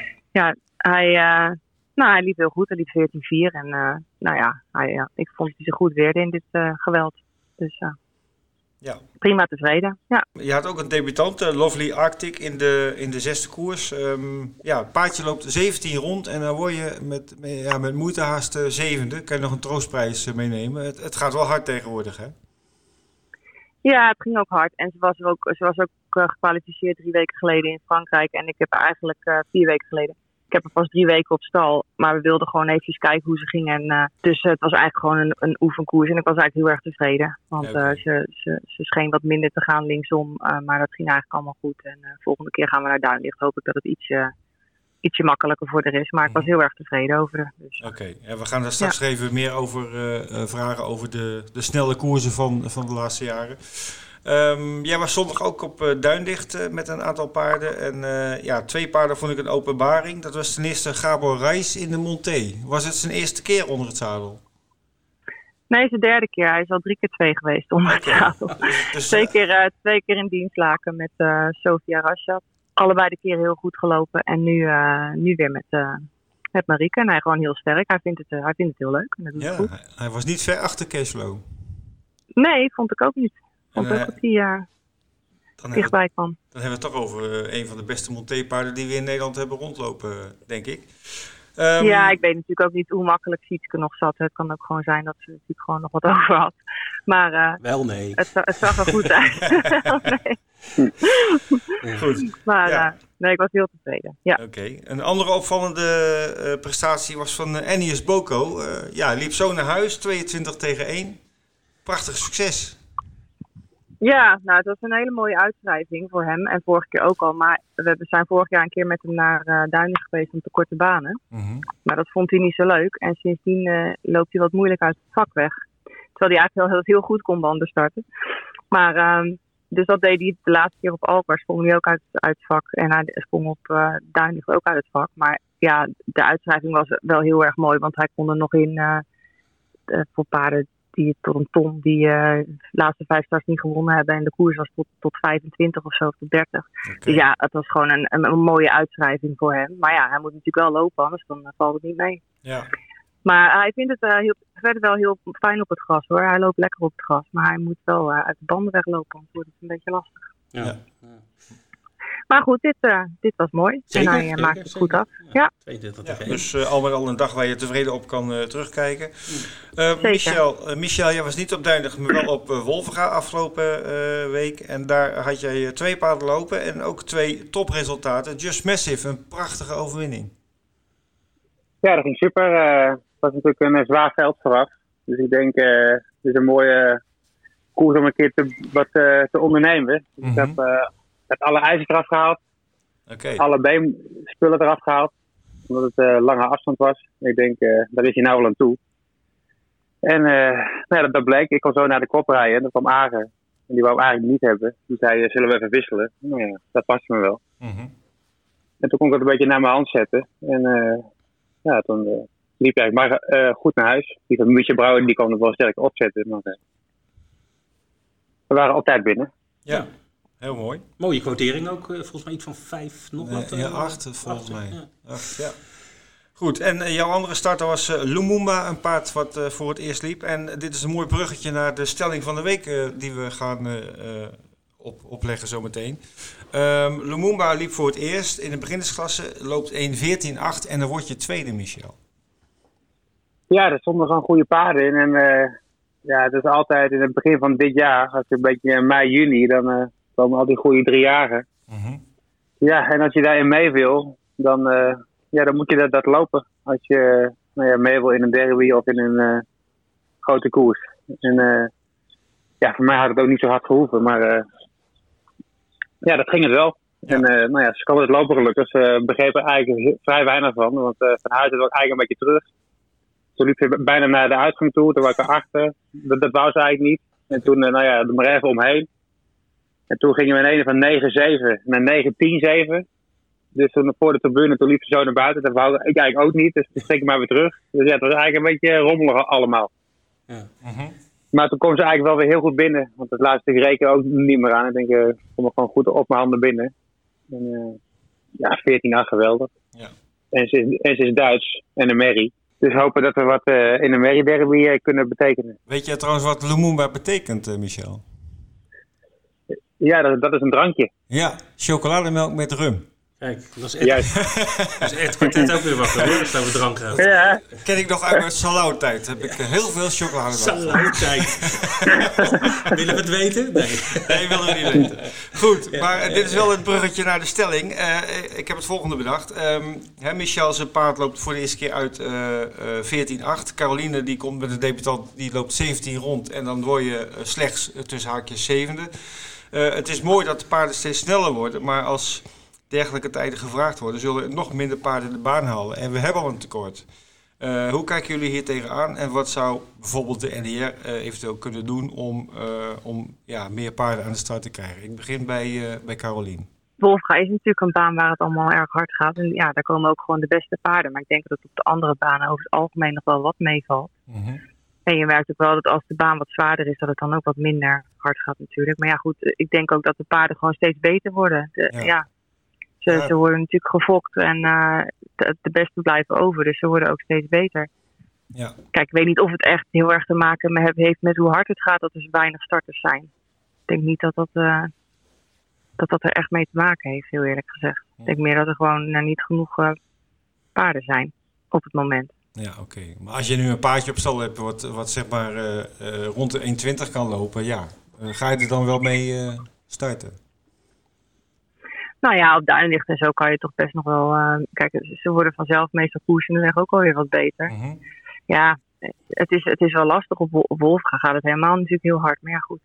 hij liep heel goed. Hij liep 14-4. En ik vond dat hij zich goed weerde in dit geweld. Dus prima tevreden. Ja. Je had ook een debutant, Lovely Arctic, in de zesde koers. Het paardje loopt 17 rond en dan word je met moeite haast zevende. Kan je nog een troostprijs meenemen. Het gaat wel hard tegenwoordig, hè? Ja, het ging ook hard. En ze was ook gekwalificeerd 3 weken geleden in Frankrijk. En ik heb eigenlijk 4 weken geleden. Ik heb er pas 3 weken op stal. Maar we wilden gewoon even kijken hoe ze ging. En dus het was eigenlijk gewoon een oefenkoers. En ik was eigenlijk heel erg tevreden. Want ze scheen wat minder te gaan linksom. Maar dat ging eigenlijk allemaal goed. En volgende keer gaan we naar Duinlicht. Hoop ik dat het ietsje makkelijker voor haar is. Maar ik was heel erg tevreden over haar. Dus. Oké. We gaan daar straks even meer over vragen over de snelle koersen van de laatste jaren. Jij was zondag ook op Duindicht met een aantal paarden. En 2 paarden vond ik een openbaring. Dat was ten eerste Gabor Reis in de Monté. Was het zijn eerste keer onder het zadel? Nee, het is de 3e keer. Hij is al 3 keer 2 geweest onder het zadel. Dus, 2 keer in dienstlaken met Sofia Rashad. Allebei de keren heel goed gelopen. En nu weer met Marieke. En hij gewoon heel sterk. Hij vindt het heel leuk. En dat doet goed. Hij was niet ver achter Cashflow. Nee, vond ik ook niet. Vond ook dat hij dichtbij kwam. Dan hebben we het toch over een van de beste Monté-paarden die we in Nederland hebben rondlopen, denk ik. Ik weet natuurlijk ook niet hoe makkelijk Sietske nog zat. Het kan ook gewoon zijn dat ze natuurlijk gewoon nog wat over had. Maar wel nee. Het zag er goed uit. Nee. Goed. Maar nee, ik was heel tevreden. Ja. Oké. Een andere opvallende prestatie was van Ennius Boko. Liep zo naar huis, 22-1. Prachtig succes. Ja, nou, het was een hele mooie uitschrijving voor hem. En vorige keer ook al. Maar we zijn vorig jaar een keer met hem naar Duinen geweest om te korte banen. Mm-hmm. Maar dat vond hij niet zo leuk. En sindsdien loopt hij wat moeilijk uit het vak weg. Terwijl hij eigenlijk heel goed kon banden starten. Maar dus dat deed hij de laatste keer op Alkmaar. Sprong hij ook uit het vak. En hij sprong op Duinen ook uit het vak. Maar ja, de uitschrijving was wel heel erg mooi. Want hij kon er nog in voor paarden die tot een ton, die de laatste 5 starts niet gewonnen hebben. En de koers was tot 25 of zo, tot 30. Okay. Dus ja, het was gewoon een mooie uitschrijving voor hem. Maar ja, hij moet natuurlijk wel lopen, anders dan valt het niet mee. Ja. Maar hij vindt het verder wel heel fijn op het gras, hoor. Hij loopt lekker op het gras. Maar hij moet wel uit de banden weglopen, anders wordt het een beetje lastig. Ja. Maar goed, dit was mooi. Zeker, en hij maakt het goed af. Ja. Dus al met al een dag waar je tevreden op kan terugkijken. Michel, jij was niet op Duindig, maar wel op Wolvenga afgelopen week. En daar had jij 2 paarden lopen en ook 2 topresultaten. Just Massive, een prachtige overwinning. Ja, dat ging super. Het was natuurlijk een zwaar veld vooraf. Dus ik denk, het is een mooie koers om een keer te ondernemen. Mm-hmm. Ik heb alle ijzers eraf gehaald. Okay. Alle beenspullen eraf gehaald. Omdat het lange afstand was. Ik denk, daar is hij nou wel aan toe. En dat bleek. Ik kon zo naar de kop rijden. En dat kwam Agen. En die wou hem eigenlijk niet hebben. Die zei, zullen we even wisselen? Nou ja, dat past me wel. Mm-hmm. En toen kon ik het een beetje naar mijn hand zetten. En toen liep hij maar goed naar huis. Die van Mietje Brouwer, die kon het wel sterk opzetten. Maar, we waren altijd binnen. Ja. Heel mooi. Mooie quotering ook, volgens mij iets van 5 nog wat. 8 volgens mij. Ja. 8, ja. Goed, en jouw andere starter was Lumumba, een paard wat voor het eerst liep. En dit is een mooi bruggetje naar de stelling van de week die we gaan opleggen zometeen. Lumumba liep voor het eerst in de beginnersklasse, loopt 1:14.8 en dan word je tweede, Michel. Ja, er stonden gewoon goede paarden in. En het is altijd in het begin van dit jaar, als je een beetje mei, juni, dan komen al die goede 3 jaren. Mm-hmm. Ja, en als je daarin mee wil, dan moet je dat lopen. Als je mee wil in een derby of in een grote koers. En voor mij had het ook niet zo hard gehoeven, maar dat ging het wel. Ja. En ze konden het lopen gelukkig. Ze begrepen eigenlijk vrij weinig van, want Van Huizen was eigenlijk een beetje terug. Toen liep ze bijna naar de uitgang toe, toen was ik erachter. Dat wou ze eigenlijk niet. En toen, er maar even omheen. En toen gingen we in een van 9-7 naar 9-10-7. Dus toen voor de tribune, toen liep ze zo naar buiten. Dat wou ik eigenlijk ook niet, dus toen steek ik maar weer terug. Dus ja, het was eigenlijk een beetje rommelig allemaal. Ja. Mm-hmm. Maar toen kwam ze eigenlijk wel weer heel goed binnen. Want het laatste reken ook niet meer aan. Ik denk, ik kom er gewoon goed op mijn handen binnen. En 14 geweldig. Ja. En ze is Duits en een merrie. Dus hopen dat we wat in een merrie derby kunnen betekenen. Weet je trouwens wat Lumumba betekent, Michel? Ja, dat is een drankje. Ja, chocolademelk met rum. Kijk, dat is Ed Quartet ook weer wat hoor, als we drank gaan. Ja. Ken ik nog uit mijn salau-tijd. Heb ik heel veel chocolademelk. Salau-tijd. Willen we het weten? Nee, willen we niet weten. Goed, maar dit is wel het bruggetje naar de stelling. Ik heb het volgende bedacht. Michel zijn paard loopt voor de eerste keer uit 14:8. Caroline die komt met een debutant, die loopt 17 rond. En dan word je slechts tussen haakjes 7e. Het is mooi dat de paarden steeds sneller worden, maar als dergelijke tijden gevraagd worden, zullen er nog minder paarden de baan halen. En we hebben al een tekort. Hoe kijken jullie hier tegenaan en wat zou bijvoorbeeld de NDR eventueel kunnen doen om meer paarden aan de start te krijgen? Ik begin bij Carolien. Wolfga is natuurlijk een baan waar het allemaal erg hard gaat. En ja, daar komen ook gewoon de beste paarden. Maar ik denk dat het op de andere banen over het algemeen nog wel wat meevalt. Mm-hmm. En je merkt ook wel dat als de baan wat zwaarder is, dat het dan ook wat minder hard gaat natuurlijk. Maar ja goed, ik denk ook dat de paarden gewoon steeds beter worden. Ze worden natuurlijk gefokt en de beste blijven over. Dus ze worden ook steeds beter. Ja. Kijk, ik weet niet of het echt heel erg te maken heeft met hoe hard het gaat dat er weinig starters zijn. Ik denk niet dat dat er echt mee te maken heeft, heel eerlijk gezegd. Ik denk meer dat er gewoon niet genoeg paarden zijn op het moment. Ja, oké. Maar als je nu een paardje op stal hebt wat zeg maar rond de 1,20 kan lopen, ga je er dan wel mee starten? Nou ja, op Duinlicht en zo kan je toch best nog wel... kijk, ze worden vanzelf meestal koersen en ook alweer wat beter. Mm-hmm. Ja, het is wel lastig. Op Wolfga gaat het helemaal natuurlijk heel hard. Maar ja, goed,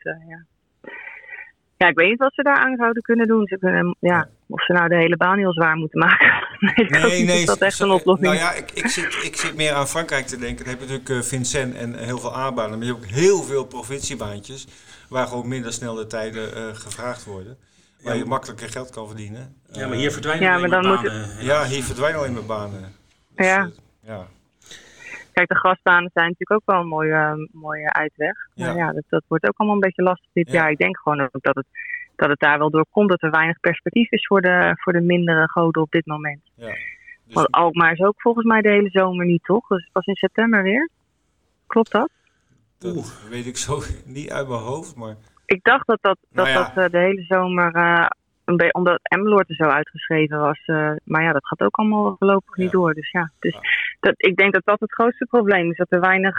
Ja, ik weet niet wat ze daar aan zouden kunnen doen. Ze kunnen, of ze nou de hele baan heel zwaar moeten maken. Nee, is dat echt een oplossing? Nou ja, ik zit meer aan Frankrijk te denken. Dan heb je natuurlijk Vincennes en heel veel A-banen. Maar je hebt ook heel veel provinciebaantjes waar gewoon minder snel de tijden gevraagd worden. Waar je makkelijker geld kan verdienen. Ja, maar hier verdwijnen alleen maar banen. Ja, hier verdwijnen alleen maar banen. Dus, ja. Kijk, de grasbanen zijn natuurlijk ook wel een mooie uitweg. Maar dat wordt ook allemaal een beetje lastig dit jaar. Ik denk gewoon ook dat het daar wel door komt. Dat er weinig perspectief is voor de mindere goden op dit moment. Ja. Dus... Want Alkmaar is ook volgens mij de hele zomer niet, toch? Dus pas in september weer. Klopt dat? Dat weet ik zo niet uit mijn hoofd, maar... Ik dacht dat de hele zomer... omdat Emmeloord er zo uitgeschreven was. Maar ja, dat gaat ook allemaal voorlopig niet door. Dus ja, ik denk dat het grootste probleem is. Dat er weinig...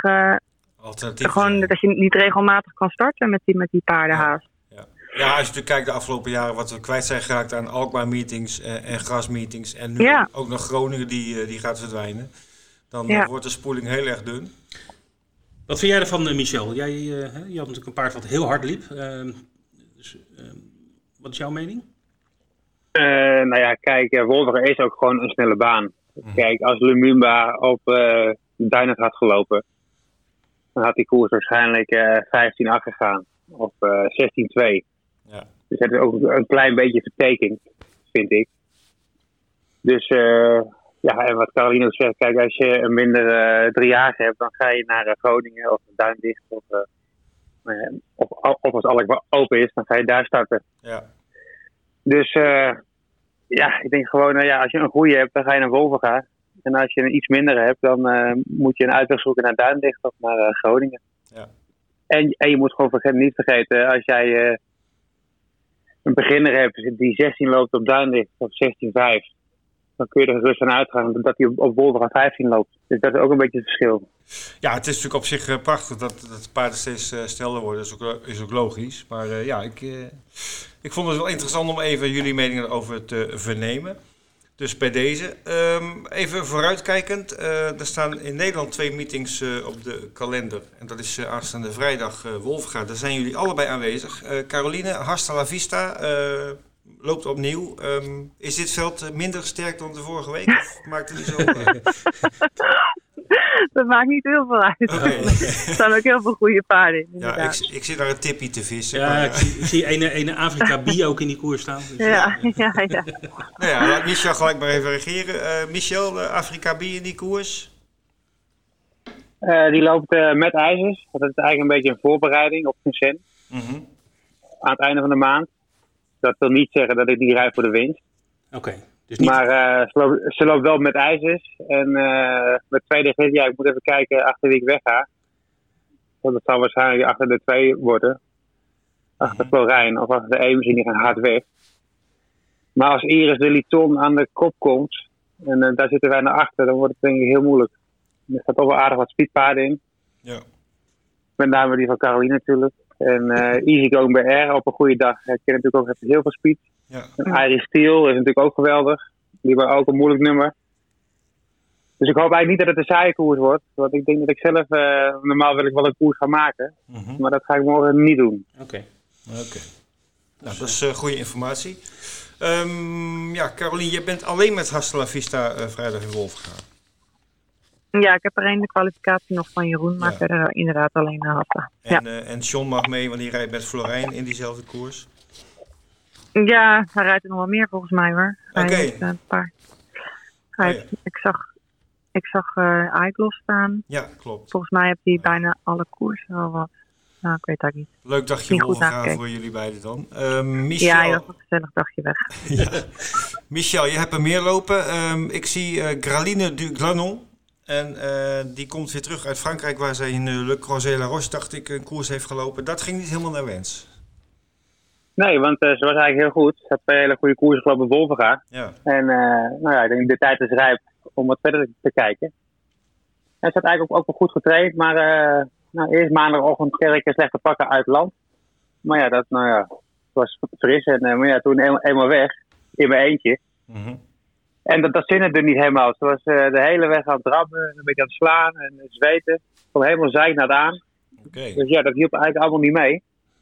dat je niet regelmatig kan starten met die paardenhaas. Ja, als je natuurlijk kijkt de afgelopen jaren wat we kwijt zijn geraakt aan Alkmaar-meetings en grasmeetings. En nu ook nog Groningen die gaat verdwijnen. Dan wordt de spoeling heel erg dun. Wat vind jij ervan, Michel? Je had natuurlijk een paard wat heel hard liep. Wat is jouw mening? Kijk, Wolfga is ook gewoon een snelle baan. Kijk, als Lumumba op Duinen had gelopen, dan had die koers waarschijnlijk 15-8 gegaan. Of 16-2. Ja. Dus het is ook een klein beetje vertekend, vind ik. Dus, en wat Caroline ook zegt, kijk, als je een minder 3 jaar hebt, dan ga je naar Groningen of Duindicht. Of als Alkmaar open is, dan ga je daar starten. Ja. Dus ik denk gewoon, als je een goede hebt, dan ga je naar Wolfga. En als je een iets minder hebt, dan moet je een uitweg zoeken naar Duindicht of naar Groningen. Ja. En je moet gewoon niet vergeten, als jij een beginner hebt die 16 loopt op Duindicht of 16-5, dan kun je er gerust aan uitgaan dat hij op Wolfga 15 loopt. Dus dat is ook een beetje het verschil. Ja, het is natuurlijk op zich prachtig dat de paarden steeds sneller worden. Dat is ook logisch. Maar ik vond het wel interessant om even jullie meningen erover te vernemen. Dus bij deze. Even vooruitkijkend. Er staan in Nederland 2 meetings op de kalender. En dat is aanstaande vrijdag Wolfga. Daar zijn jullie allebei aanwezig. Caroline, hasta la vista. Loopt opnieuw. Is dit veld minder sterk dan de vorige week? Of maakt het niet zo? Dat maakt niet heel veel uit. Okay. Er staan ook heel veel goede paarden in. Ja, ik zit naar een tippie te vissen. Ja, ik zie een Afrika B ook in die koers staan. Dus ja. Laat Michel gelijk maar even reageren. Michel, de Afrika B in die koers? Die loopt met ijzers. Dat is eigenlijk een beetje een voorbereiding op Vincennes. Mm-hmm. Aan het einde van de maand. Dat wil niet zeggen dat ik die rijd voor de winst. Oké. Dus niet... Maar ze loopt wel met ijzers. En met tweede rit, ik moet even kijken achter wie ik wegga. Want dat zal waarschijnlijk achter de 2 worden. Achter Florijn of achter de 1 misschien, die gaan hard weg. Maar als Iris de Liton aan de kop komt, en daar zitten wij naar achter, dan wordt het denk ik heel moeilijk. Er staat toch wel aardig wat speedpaarden in. Ja. Met name die van Caroline natuurlijk. En Easy Going BR op een goede dag. Ik ken natuurlijk ook heel veel speed. Ja. En Iris Steel is natuurlijk ook geweldig. Die was ook een moeilijk nummer. Dus ik hoop eigenlijk niet dat het een saaie koers wordt. Want ik denk dat ik zelf, normaal wil ik wel een koers gaan maken. Mm-hmm. Maar dat ga ik morgen niet doen. Oké. Nou, dat is goede informatie. Caroline, je bent alleen met Hasta la Vista vrijdag in Wolfga. Ja, ik heb er één de kwalificatie nog van Jeroen, maar verder inderdaad alleen Hatta. En John mag mee, want die rijdt met Florijn in diezelfde koers. Ja, hij rijdt er nog wel meer volgens mij hoor. Hij Oké. heeft een paar. Ik zag Eiklos staan. Ja, klopt. Volgens mij heeft hij bijna alle koersen wel wat. Nou, ik weet dat niet. Leuk dagje Niet goed Wolvenga nagekeken. voor jullie beiden dan. Michel, Ja, je was een gezellig dagje weg. Michel, je hebt er meer lopen. Ik zie Graline du Glanon. En die komt weer terug uit Frankrijk, waar zij in Le Croisé La Roche, dacht ik, een koers heeft gelopen. Dat ging niet helemaal naar wens. Nee, want ze was eigenlijk heel goed. Ze had 2 hele goede koersen gelopen bij Wolvenga. Ja. En ik denk de tijd is rijp om wat verder te kijken. En ze had eigenlijk ook wel goed getraind, maar eerst maandagochtend kreeg ik een slechte pakken uit land. Maar ja, het was fris. En toen eenmaal weg, in mijn eentje. Mm-hmm. En dat zinde er niet helemaal. Ze was de hele weg aan het drabben, een beetje aan het slaan en zweten. Ik kwam helemaal zeiknat aan. Oké. Dus ja, dat hielp eigenlijk allemaal niet mee.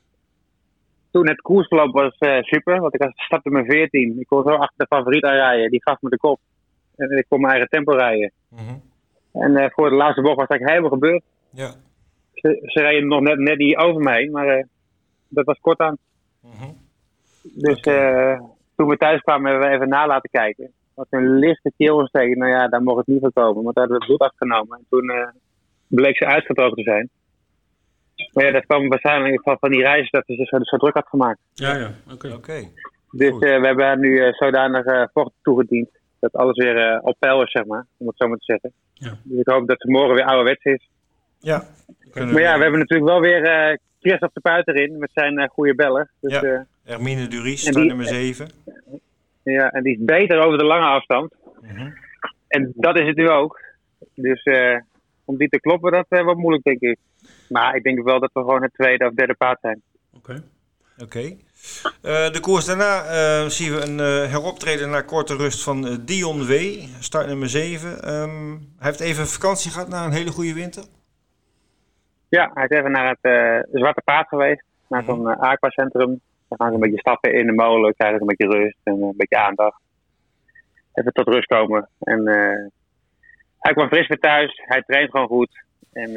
Toen het koersverloop was super, want ik startte mijn 14. Ik kon zo achter de favoriet aanrijden, die gaf me de kop. En ik kon mijn eigen tempo rijden. Mm-hmm. En voor de laatste bocht was het eigenlijk helemaal gebeurd. Ja. Ze reden nog net niet over me heen, maar dat was kort aan. Mm-hmm. Dus toen we thuis kwamen hebben we even na laten kijken. Wat een lichte keelontsteking, daar mocht het niet van komen. Want daar hadden we het bloed afgenomen. En toen bleek ze uitgedroogd te zijn. Maar ja, dat kwam waarschijnlijk van die reis dat ze zich zo druk had gemaakt. Ja, oké. Dus Goed. we hebben haar nu zodanig vocht toegediend. Dat alles weer op peil is, zeg maar. Om het zo maar te zeggen. Ja. Dus ik hoop dat ze morgen weer ouderwets is. Ja. Maar ja, we hebben natuurlijk wel weer Christophe de Puiter in. Met zijn goede Belg. Dus, Ja. Hermine Duris, en start die- nummer 7. ja, en die is beter over de lange afstand. Mm-hmm. En dat is het nu ook. Dus om die te kloppen, dat wordt moeilijk, denk ik. Maar ik denk wel dat we gewoon het tweede of derde paard zijn. Oké. De koers daarna zien we een heroptreden naar korte rust van Dion W. Start nummer 7. Hij heeft even vakantie gehad na een hele goede winter. Ja, hij is even naar het Zwarte Paard geweest. Naar zo'n aquacentrum. Dan gaan ze een beetje stappen in de molen. Krijgen ze een beetje rust en een beetje aandacht. Even tot rust komen. En hij kwam fris weer thuis. Hij traint gewoon goed. En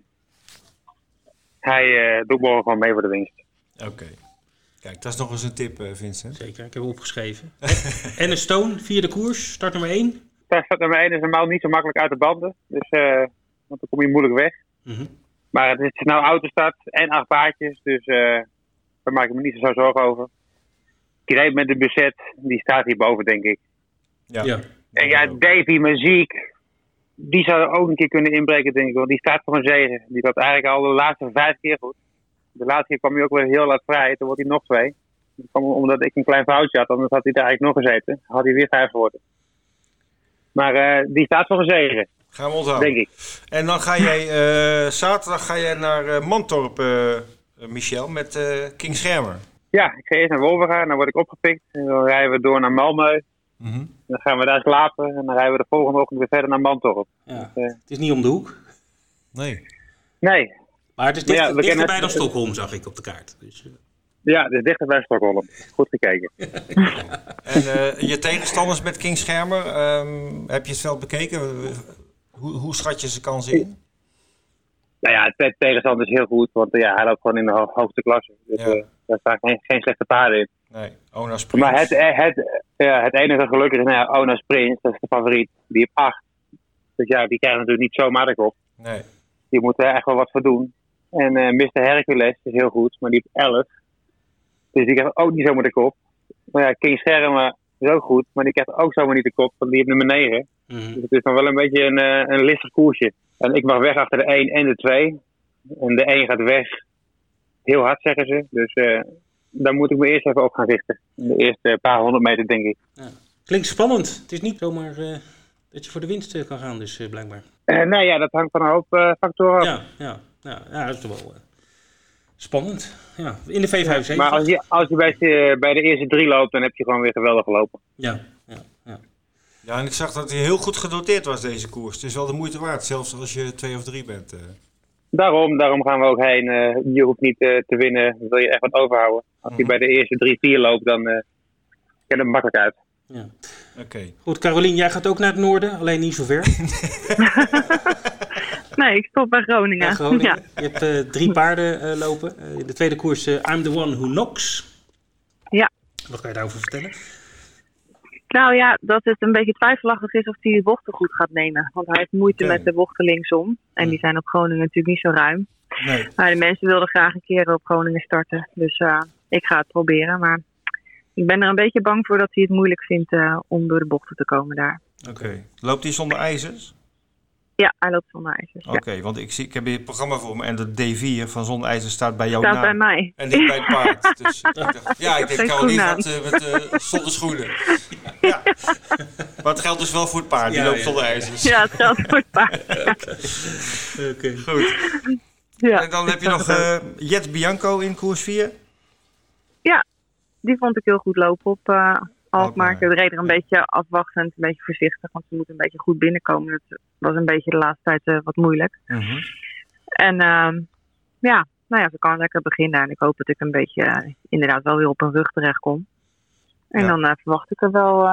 hij doet morgen gewoon mee voor de winst. Oké. Kijk, dat is nog eens een tip, Vincent. Zeker, ik heb hem opgeschreven. En een Stone, 4e koers, start nummer 1. Start nummer 1 is normaal niet zo makkelijk uit de banden. Dus, want dan kom je moeilijk weg. Mm-hmm. Maar het is nou autostart en 8 paardjes. Dus daar maak ik me niet zo zorgen over. Greep met de Busset, die staat hierboven, denk ik. Ja. En ja, Davy Muziek, die zou er ook een keer kunnen inbreken, denk ik. Want die staat voor een zege. Die had eigenlijk al de laatste 5 keer goed. De laatste keer kwam hij ook weer heel laat vrij. Toen wordt hij nog 2. Dat kwam omdat ik een klein foutje had. Anders had hij daar eigenlijk nog gezeten. Had hij weer 5 geworden. Maar die staat voor een zege. Gaan we onthouden. Denk ik. En dan ga jij zaterdag naar Mantorp, Michel, met King Schermer. Ja, ik ga eerst naar Wolvenga. Dan word ik opgepikt. En dan rijden we door naar Malmö. Mm-hmm. Dan gaan we daar slapen. En dan rijden we de volgende ochtend weer verder naar Mantorp. Ja. Dus, Het is niet om de hoek. Nee. nee. Maar het is Maar ja, we dichterbij kennen dan het- Stockholm, zag ik op de kaart. Dus, Ja, het is dichter bij Stockholm. Goed gekeken. En je tegenstanders met King Schermer, heb je het veld bekeken? Hoe schat je zijn kansen in? Nou ja, het tegenstander is heel goed. Want hij loopt gewoon in de hoogste klasse. Dus Ja. daar staan geen slechte paarden in. Nee, Ona Springs. Maar het enige geluk is, Ona's Prins, dat is de favoriet. Die heeft 8. Dus ja, die krijgt natuurlijk niet zomaar de kop. Nee. Die moet er echt wel wat voor doen. En Mr. Hercules is heel goed, maar die heeft 11. Dus die krijgt ook niet zomaar de kop. Maar ja, King Schermer is ook goed, maar die krijgt ook zomaar niet de kop, want die heeft nummer 9. mm-hmm. Dus het is nog wel een beetje een listig koersje. En ik mag weg achter de 1 en de 2. En de 1 gaat weg. Heel hard, zeggen ze. Dus daar moet ik me eerst even op gaan richten. De eerste paar 100 meter, denk ik. Klinkt spannend. Het is niet zomaar dat je voor de winst kan gaan, dus blijkbaar. Nou ja, dat hangt van een hoop factoren af. Ja, dat is toch wel spannend. Ja, in de V75. Maar als je bij de eerste 3 loopt, dan heb je gewoon weer geweldig gelopen. Ja. Ja, en ik zag dat hij heel goed gedoteerd was, deze koers. Het is wel de moeite waard, zelfs als je 2 of 3 bent. Daarom gaan we ook heen. Je hoeft niet te winnen, wil je echt wat overhouden. Als je bij de eerste 3-4 loopt, dan kan het makkelijk uit. Ja. Oké. Goed, Carolien, jij gaat ook naar het noorden, alleen niet zo ver. Nee, ik stop bij Groningen. Naar Groningen. Ja. Je hebt 3 paarden lopen. In de tweede koers I'm the One Who Knocks. Ja. Wat kan je daarover vertellen? Nou ja, dat het een beetje twijfelachtig is of hij de bochten goed gaat nemen. Want hij heeft moeite Oké. met de bochten linksom. En die zijn op Groningen natuurlijk niet zo ruim. Nee. Maar de mensen wilden graag een keer op Groningen starten. Dus ik ga het proberen. Maar ik ben er een beetje bang voor dat hij het moeilijk vindt om door de bochten te komen daar. Oké. Loopt hij zonder ijzers? Ja, hij loopt zonder ijzers. Ja. Oké, want ik heb hier het programma voor me en de D4 van zonder ijzers staat bij jouw Staat naam. bij mij. En niet bij het paard. Dus ik denk, Ik Carolien geen schoenen aan. gaat met zonder schoenen. Ja. Maar het geldt dus wel voor het paard, die Ja, loopt ja. zonder ijzers. Ja, het geldt voor het paard. Oké. Goed. Ja, En dan heb je nog Jet Bianco in koers 4. die vond ik heel goed lopen op Alkmaar. Alkmaar. Ik reed er een beetje afwachtend, een beetje voorzichtig. Want ze moeten een beetje goed binnenkomen. Dat was een beetje de laatste tijd wat moeilijk. En ja, nou ja, ze kan lekker beginnen. En ik hoop dat ik een beetje inderdaad wel weer op een rug terecht kom. En Ja. dan verwacht ik er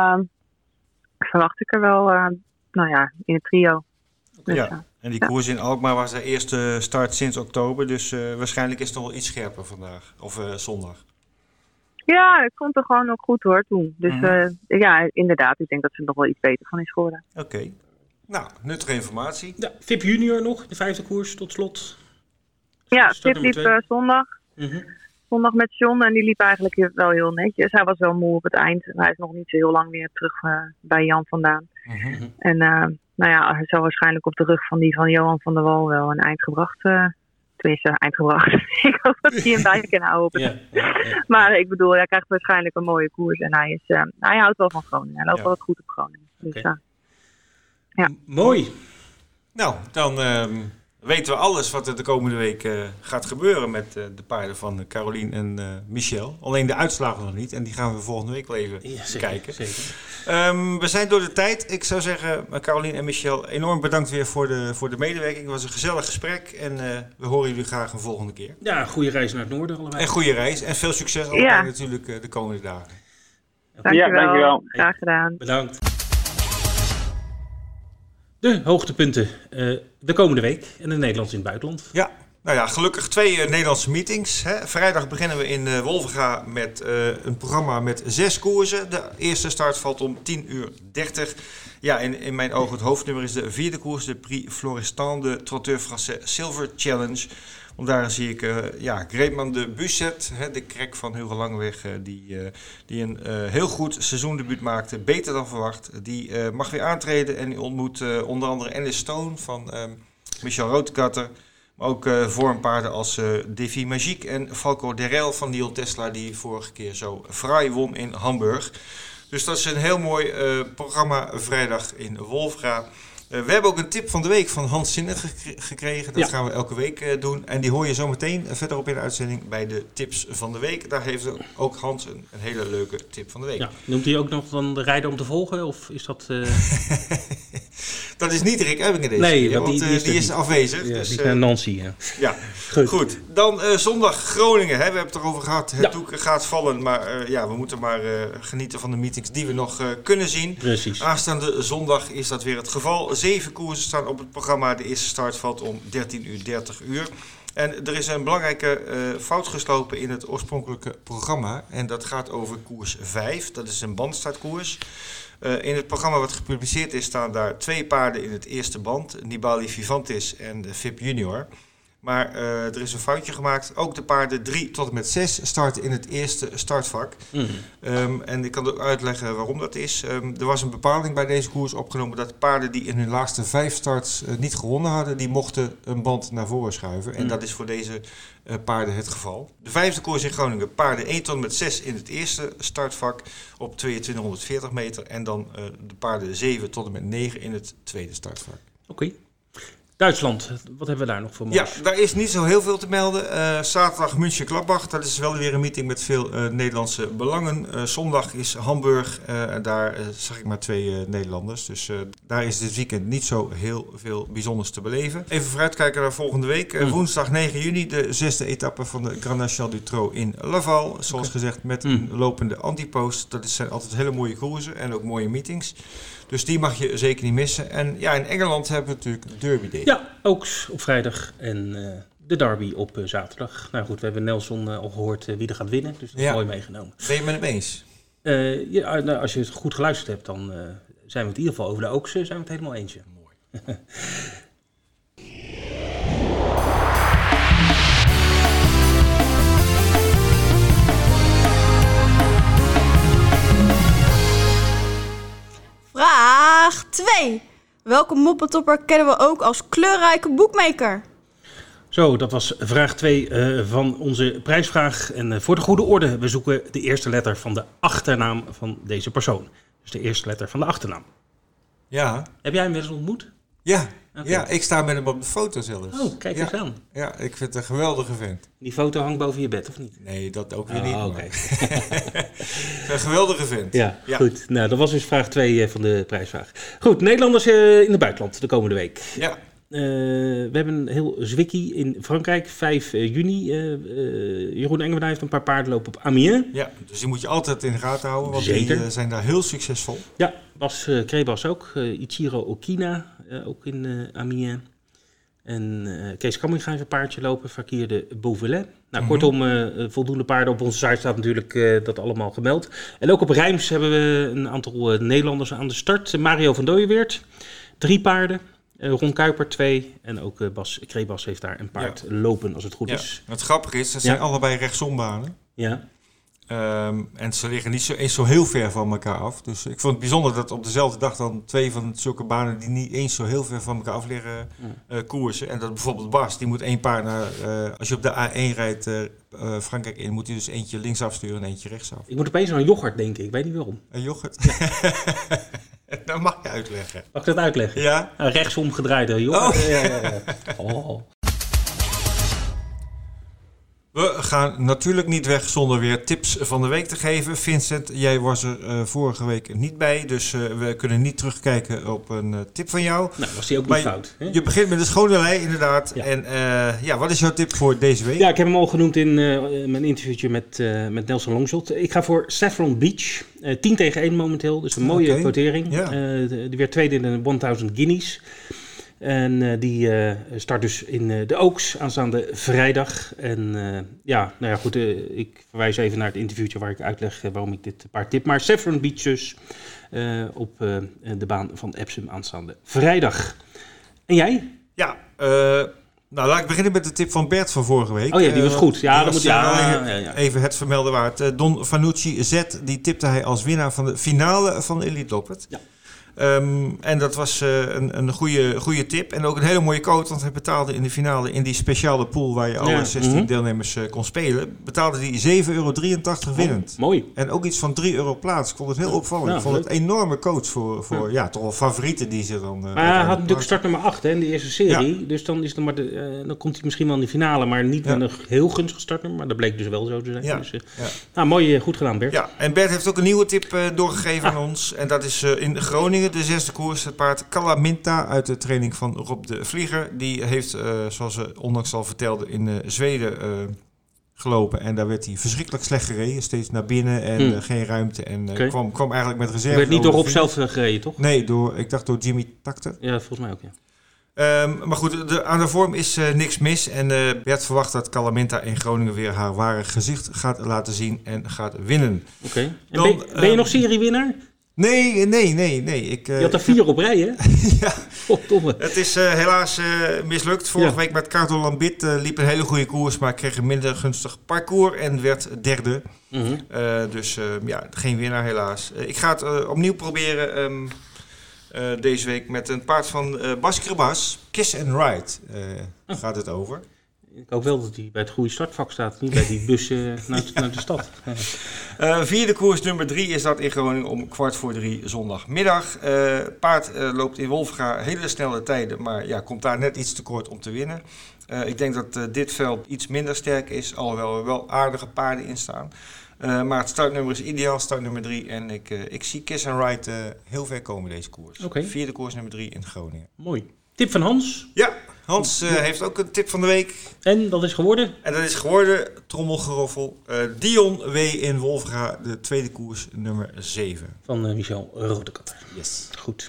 wel, nou ja, in het trio. Dus, Ja. En die koers in Alkmaar was de eerste start sinds oktober. Dus waarschijnlijk is het nog wel iets scherper vandaag. Of zondag. ja, ik vond het gewoon ook goed hoor toen. Dus Mhm. ja, inderdaad. Ik denk dat ze er nog wel iets beter van is geworden. Oké. Nou, nuttige informatie. Ja, VIP Junior nog, de 5e koers tot slot. Ja, Start Pip nummer liep 2. zondag. Mhm. Zondag met John en die liep eigenlijk wel heel netjes. Hij was wel moe op het eind. Hij is nog niet zo heel lang meer terug bij Jan vandaan. En nou ja, hij zal waarschijnlijk op de rug van die van Johan van der Wal wel een eind gebracht. Tenminste, eind gebracht. Ik hoop dat hij hem bij kan houden op het Ja, ja. Maar ik bedoel, hij krijgt waarschijnlijk een mooie koers. En hij houdt wel van Groningen. Hij loopt Ja. wel goed op Groningen. Dus, Oké. Ja. Mooi. Nou, dan weten we alles wat er de komende week gaat gebeuren met de paarden van Carolien en Michel. Alleen de uitslagen nog niet. En die gaan we volgende week wel even Ja, zeker, kijken. zeker. We zijn door de tijd. Ik zou zeggen, Carolien en Michel, enorm bedankt weer voor de medewerking. Het was een gezellig gesprek. En we horen jullie graag een volgende keer. Ja, goede reis naar het noorden allebei. En goede reis. En veel succes allebei Ja. natuurlijk de komende dagen. Dankjewel. Ja, dankjewel. Graag gedaan. Bedankt. De hoogtepunten de komende week en de Nederlands in het buitenland. Ja, nou ja, gelukkig 2 Nederlandse meetings. Hè. Vrijdag beginnen we in Wolvenga met een programma met 6 koersen. De eerste start valt om 10:30. Ja, in mijn ogen het hoofdnummer is de 4e koers, de Prix Florestan, de Trotteur Français Silver Challenge. Want daar zie ik Greetman de Busset, de krek van Hugo Langeweg, die een heel goed seizoendebuut maakte, beter dan verwacht. Die mag weer aantreden en die ontmoet onder andere Ennis Stone van Michel Roodkatter. Maar ook vormpaarden als Défi Magique en Falco Derel van Neil Tesla, die vorige keer zo fraai won in Hamburg. Dus dat is een heel mooi programma vrijdag in Wolfga. We hebben ook een tip van de week van Hans Zinner gekregen. Dat gaan we elke week doen. En die hoor je zo meteen verderop in de uitzending bij de tips van de week. Daar heeft ook Hans een hele leuke tip van de week. Ja, noemt hij ook nog dan de rijder om te volgen? Of is dat... Dat is niet Rick Ebbingen deze Nee, keer, want want die is die is er afwezig. Ja, dus, die is Nancy, ja. ja. Goed. Dan zondag Groningen. Hè. We hebben het erover gehad. Het doek gaat vallen. Maar we moeten maar genieten van de meetings die we nog kunnen zien. Precies. Aanstaande zondag is dat weer het geval. 7 koersen staan op het programma. De eerste start valt om 13:30. En er is een belangrijke fout geslopen in het oorspronkelijke programma. En dat gaat over koers 5. Dat is een bandstartkoers. In het programma wat gepubliceerd is staan daar 2 paarden in het eerste band. Nibali Vivantis en de VIP Junior. Maar er is een foutje gemaakt. Ook de paarden 3 tot en met 6 starten in het eerste startvak. En ik kan ook uitleggen waarom dat is. Er was een bepaling bij deze koers opgenomen dat paarden die in hun laatste 5 starts niet gewonnen hadden, die mochten een band naar voren schuiven. En dat is voor deze paarden het geval. De 5e koers in Groningen, paarden 1 tot en met 6 in het eerste startvak op 2240 meter. En dan de paarden 7 tot en met 9 in het tweede startvak. Oké. Duitsland, wat hebben we daar nog voor moois? Ja, daar is niet zo heel veel te melden. Zaterdag München-Gladbach, dat is wel weer een meeting met veel Nederlandse belangen. Zondag is Hamburg, daar zag ik maar 2 Nederlanders. Dus daar is dit weekend niet zo heel veel bijzonders te beleven. Even vooruitkijken naar volgende week. Woensdag 9 juni, de 6e etappe van de Grand National du Trot in Laval. Zoals gezegd met een lopende antipost. Dat zijn altijd hele mooie koersen en ook mooie meetings. Dus die mag je zeker niet missen. En ja, in Engeland hebben we natuurlijk Derby Day. Ja, Oaks op vrijdag en de Derby op zaterdag. Nou goed, we hebben Nelson al gehoord wie er gaat winnen. Dus dat is mooi meegenomen. Ben je met hem eens? Als je het goed geluisterd hebt, dan zijn we het in ieder geval over de Oaks zijn we het helemaal eens. Mooi. Vraag 2. Welke moppetopper kennen we ook als kleurrijke boekmaker? Zo, dat was vraag 2 van onze prijsvraag. En voor de goede orde, we zoeken de eerste letter van de achternaam van deze persoon. Dus de eerste letter van de achternaam. Ja. Heb jij hem wel eens ontmoet? Ja. Okay. Ja, ik sta met hem op de foto zelfs. Oh, kijk eens aan. Ja, ik vind het een geweldige vent. Die foto hangt boven je bed, of niet? Nee, dat ook weer niet. Okay. Een geweldige vent. Ja, goed. Nou, dat was dus vraag 2 van de prijsvraag. Goed, Nederlanders in het buitenland de komende week. Ja. We hebben een heel zwikkie in Frankrijk, 5 juni. Jeroen Engelman heeft een paar paarden lopen op Amiens. Ja, dus die moet je altijd in de gaten houden, want Zeker. Die zijn daar heel succesvol. Ja, Bas Krebas ook. Ichiro Okina, ook in Amiens. En Kees Kamminga heeft een paardje lopen, Fakir de Beauvalet. Nou, kortom, voldoende paarden. Op onze site staat natuurlijk dat allemaal gemeld. En ook op Rijms hebben we een aantal Nederlanders aan de start. Mario van Dooyeweert, 3 paarden. Ron Kuiper 2 en ook Bas Krebas heeft daar een paard lopen als het goed is. Het grappige is, dat zijn allebei rechtsombanen. Ja. En ze liggen niet eens zo heel ver van elkaar af. Dus ik vond het bijzonder dat op dezelfde dag dan 2 van zulke banen die niet eens zo heel ver van elkaar af liggen koersen. En dat bijvoorbeeld Bas, die moet 1 paard naar, als je op de A1 rijdt Frankrijk in, moet hij dus eentje linksaf sturen en eentje rechtsaf. Ik moet opeens aan yoghurt denken, ik weet niet waarom. Een yoghurt? Dat mag je uitleggen. Mag ik dat uitleggen? Ja. Rechtsom gedraaide yoghurt. Oh. Ja. Oh. We gaan natuurlijk niet weg zonder weer tips van de week te geven. Vincent, jij was er vorige week niet bij, dus we kunnen niet terugkijken op een tip van jou. Nou, was die ook niet fout. Hè? Je begint met de schone lei, inderdaad. Ja. En wat is jouw tip voor deze week? Ja, ik heb hem al genoemd in mijn interviewtje met Nelson Longshot. Ik ga voor Saffron Beach. 10 tegen 1 momenteel, dus een mooie quotering. Ja. Die werd tweede in de 1000 Guineas. En die start dus in de Oaks aanstaande vrijdag. En goed, ik verwijs even naar het interviewtje waar ik uitleg waarom ik dit paard tip. Maar Saffron Beach dus op de baan van Epsom aanstaande vrijdag. En jij? Ja, nou, laat ik beginnen met de tip van Bert van vorige week. Oh ja, die was goed. Ja, dat moet even het vermelden waard. Don Fanucci Z, die tipte hij als winnaar van de finale van Elite Loppet. Ja. En dat was een goede tip. En ook een hele mooie quote, want hij betaalde in de finale in die speciale pool waar je alle 16 deelnemers kon spelen, betaalde hij €7,83 winnend. Mooi. En ook iets van €3 plaats. Ik vond het heel opvallend. Ik vond het een enorme coach voor toch wel favorieten die ze dan... maar hij had natuurlijk startnummer 8 in de eerste serie. Ja. Dus dan, is dan, dan komt hij misschien wel in de finale, maar niet met een heel gunstig startnummer. Maar dat bleek dus wel zo te zijn. Ja. Dus, nou, mooi, goed gedaan, Bert. Ja, en Bert heeft ook een nieuwe tip doorgegeven aan ons. En dat is in Groningen. De 6e koers, het paard Kalaminta uit de training van Rob de Vlieger. Die heeft, zoals we onlangs al vertelden, in Zweden gelopen. En daar werd hij verschrikkelijk slecht gereden. Steeds naar binnen en geen ruimte. En kwam eigenlijk met reserve. Werd niet door Rob zelf gereden, toch? Nee, ik dacht door Jimmy Takter. Ja, volgens mij ook, ja. Maar goed, aan de vorm is niks mis. En Bert verwacht dat Kalaminta in Groningen weer haar ware gezicht gaat laten zien en gaat winnen. Oké. Ben je nog seriewinnaar? Nee. Je had er 4 op rij, hè? Ja. Goddomme. Het is helaas mislukt. Vorige week met Cardo Lambit liep een hele goede koers, maar kreeg een minder gunstig parcours en werd 3e. Mm-hmm. Dus geen winnaar helaas. Ik ga het opnieuw proberen deze week met een paard van Bas Krebas. Kiss and Ride gaat het over. Ik hoop wel dat hij bij het goede startvak staat, niet bij die bus naar de stad. Vierde koers nummer 3 is dat in Groningen om 2:15 zondagmiddag. Paard loopt in Wolfga hele snelle tijden, maar komt daar net iets te kort om te winnen. Ik denk dat dit veld iets minder sterk is, alhoewel er wel aardige paarden in staan. Maar het startnummer is ideaal, startnummer 3. En ik zie Kiss and Ride heel ver komen deze koers. Okay. Vierde koers nummer 3 in Groningen. Mooi. Tip van Hans. Ja, Hans heeft ook een tip van de week. En dat is geworden? En dat is geworden, trommelgeroffel, Dion W in Wolfga, de tweede koers nummer 7. Van Michel Rodekatter. Yes. Goed.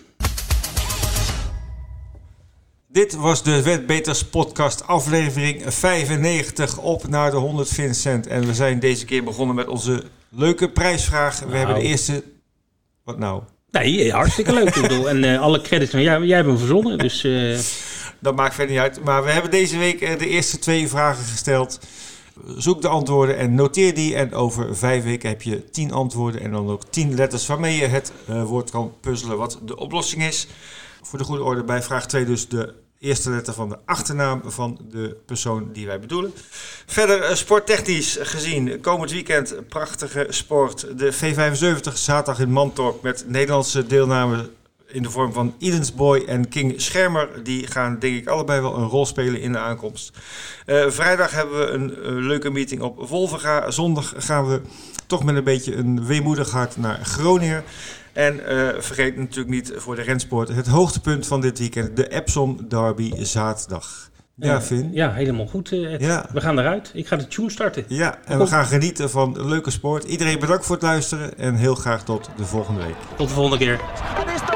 Dit was de Wetbeters podcast aflevering 95 op naar de 100 Vincent. En we zijn deze keer begonnen met onze leuke prijsvraag. We hebben de eerste... Wat nou? Nee, hartstikke leuk. Ik bedoel, en alle credits van jij hebt hem verzonnen. Dus, Dat maakt verder niet uit. Maar we hebben deze week de eerste 2 vragen gesteld. Zoek de antwoorden en noteer die. En over 5 weken heb je 10 antwoorden en dan ook 10 letters waarmee je het woord kan puzzelen wat de oplossing is. Voor de goede orde bij vraag 2 dus de eerste letter van de achternaam van de persoon die wij bedoelen. Verder sporttechnisch gezien, komend weekend prachtige sport. De V75 zaterdag in Mantorp met Nederlandse deelname in de vorm van Edensboy en King Schermer. Die gaan denk ik allebei wel een rol spelen in de aankomst. Vrijdag hebben we een leuke meeting op Wolvenga. Zondag gaan we toch met een beetje een weemoedig hart naar Groningen. En vergeet natuurlijk niet voor de rensport het hoogtepunt van dit weekend, de Epsom Derby zaterdag. Ja, Finn? Ja, helemaal goed. Ja. We gaan eruit. Ik ga de tune starten. Ja, en we gaan genieten van leuke sport. Iedereen bedankt voor het luisteren en heel graag tot de volgende week. Tot de volgende keer.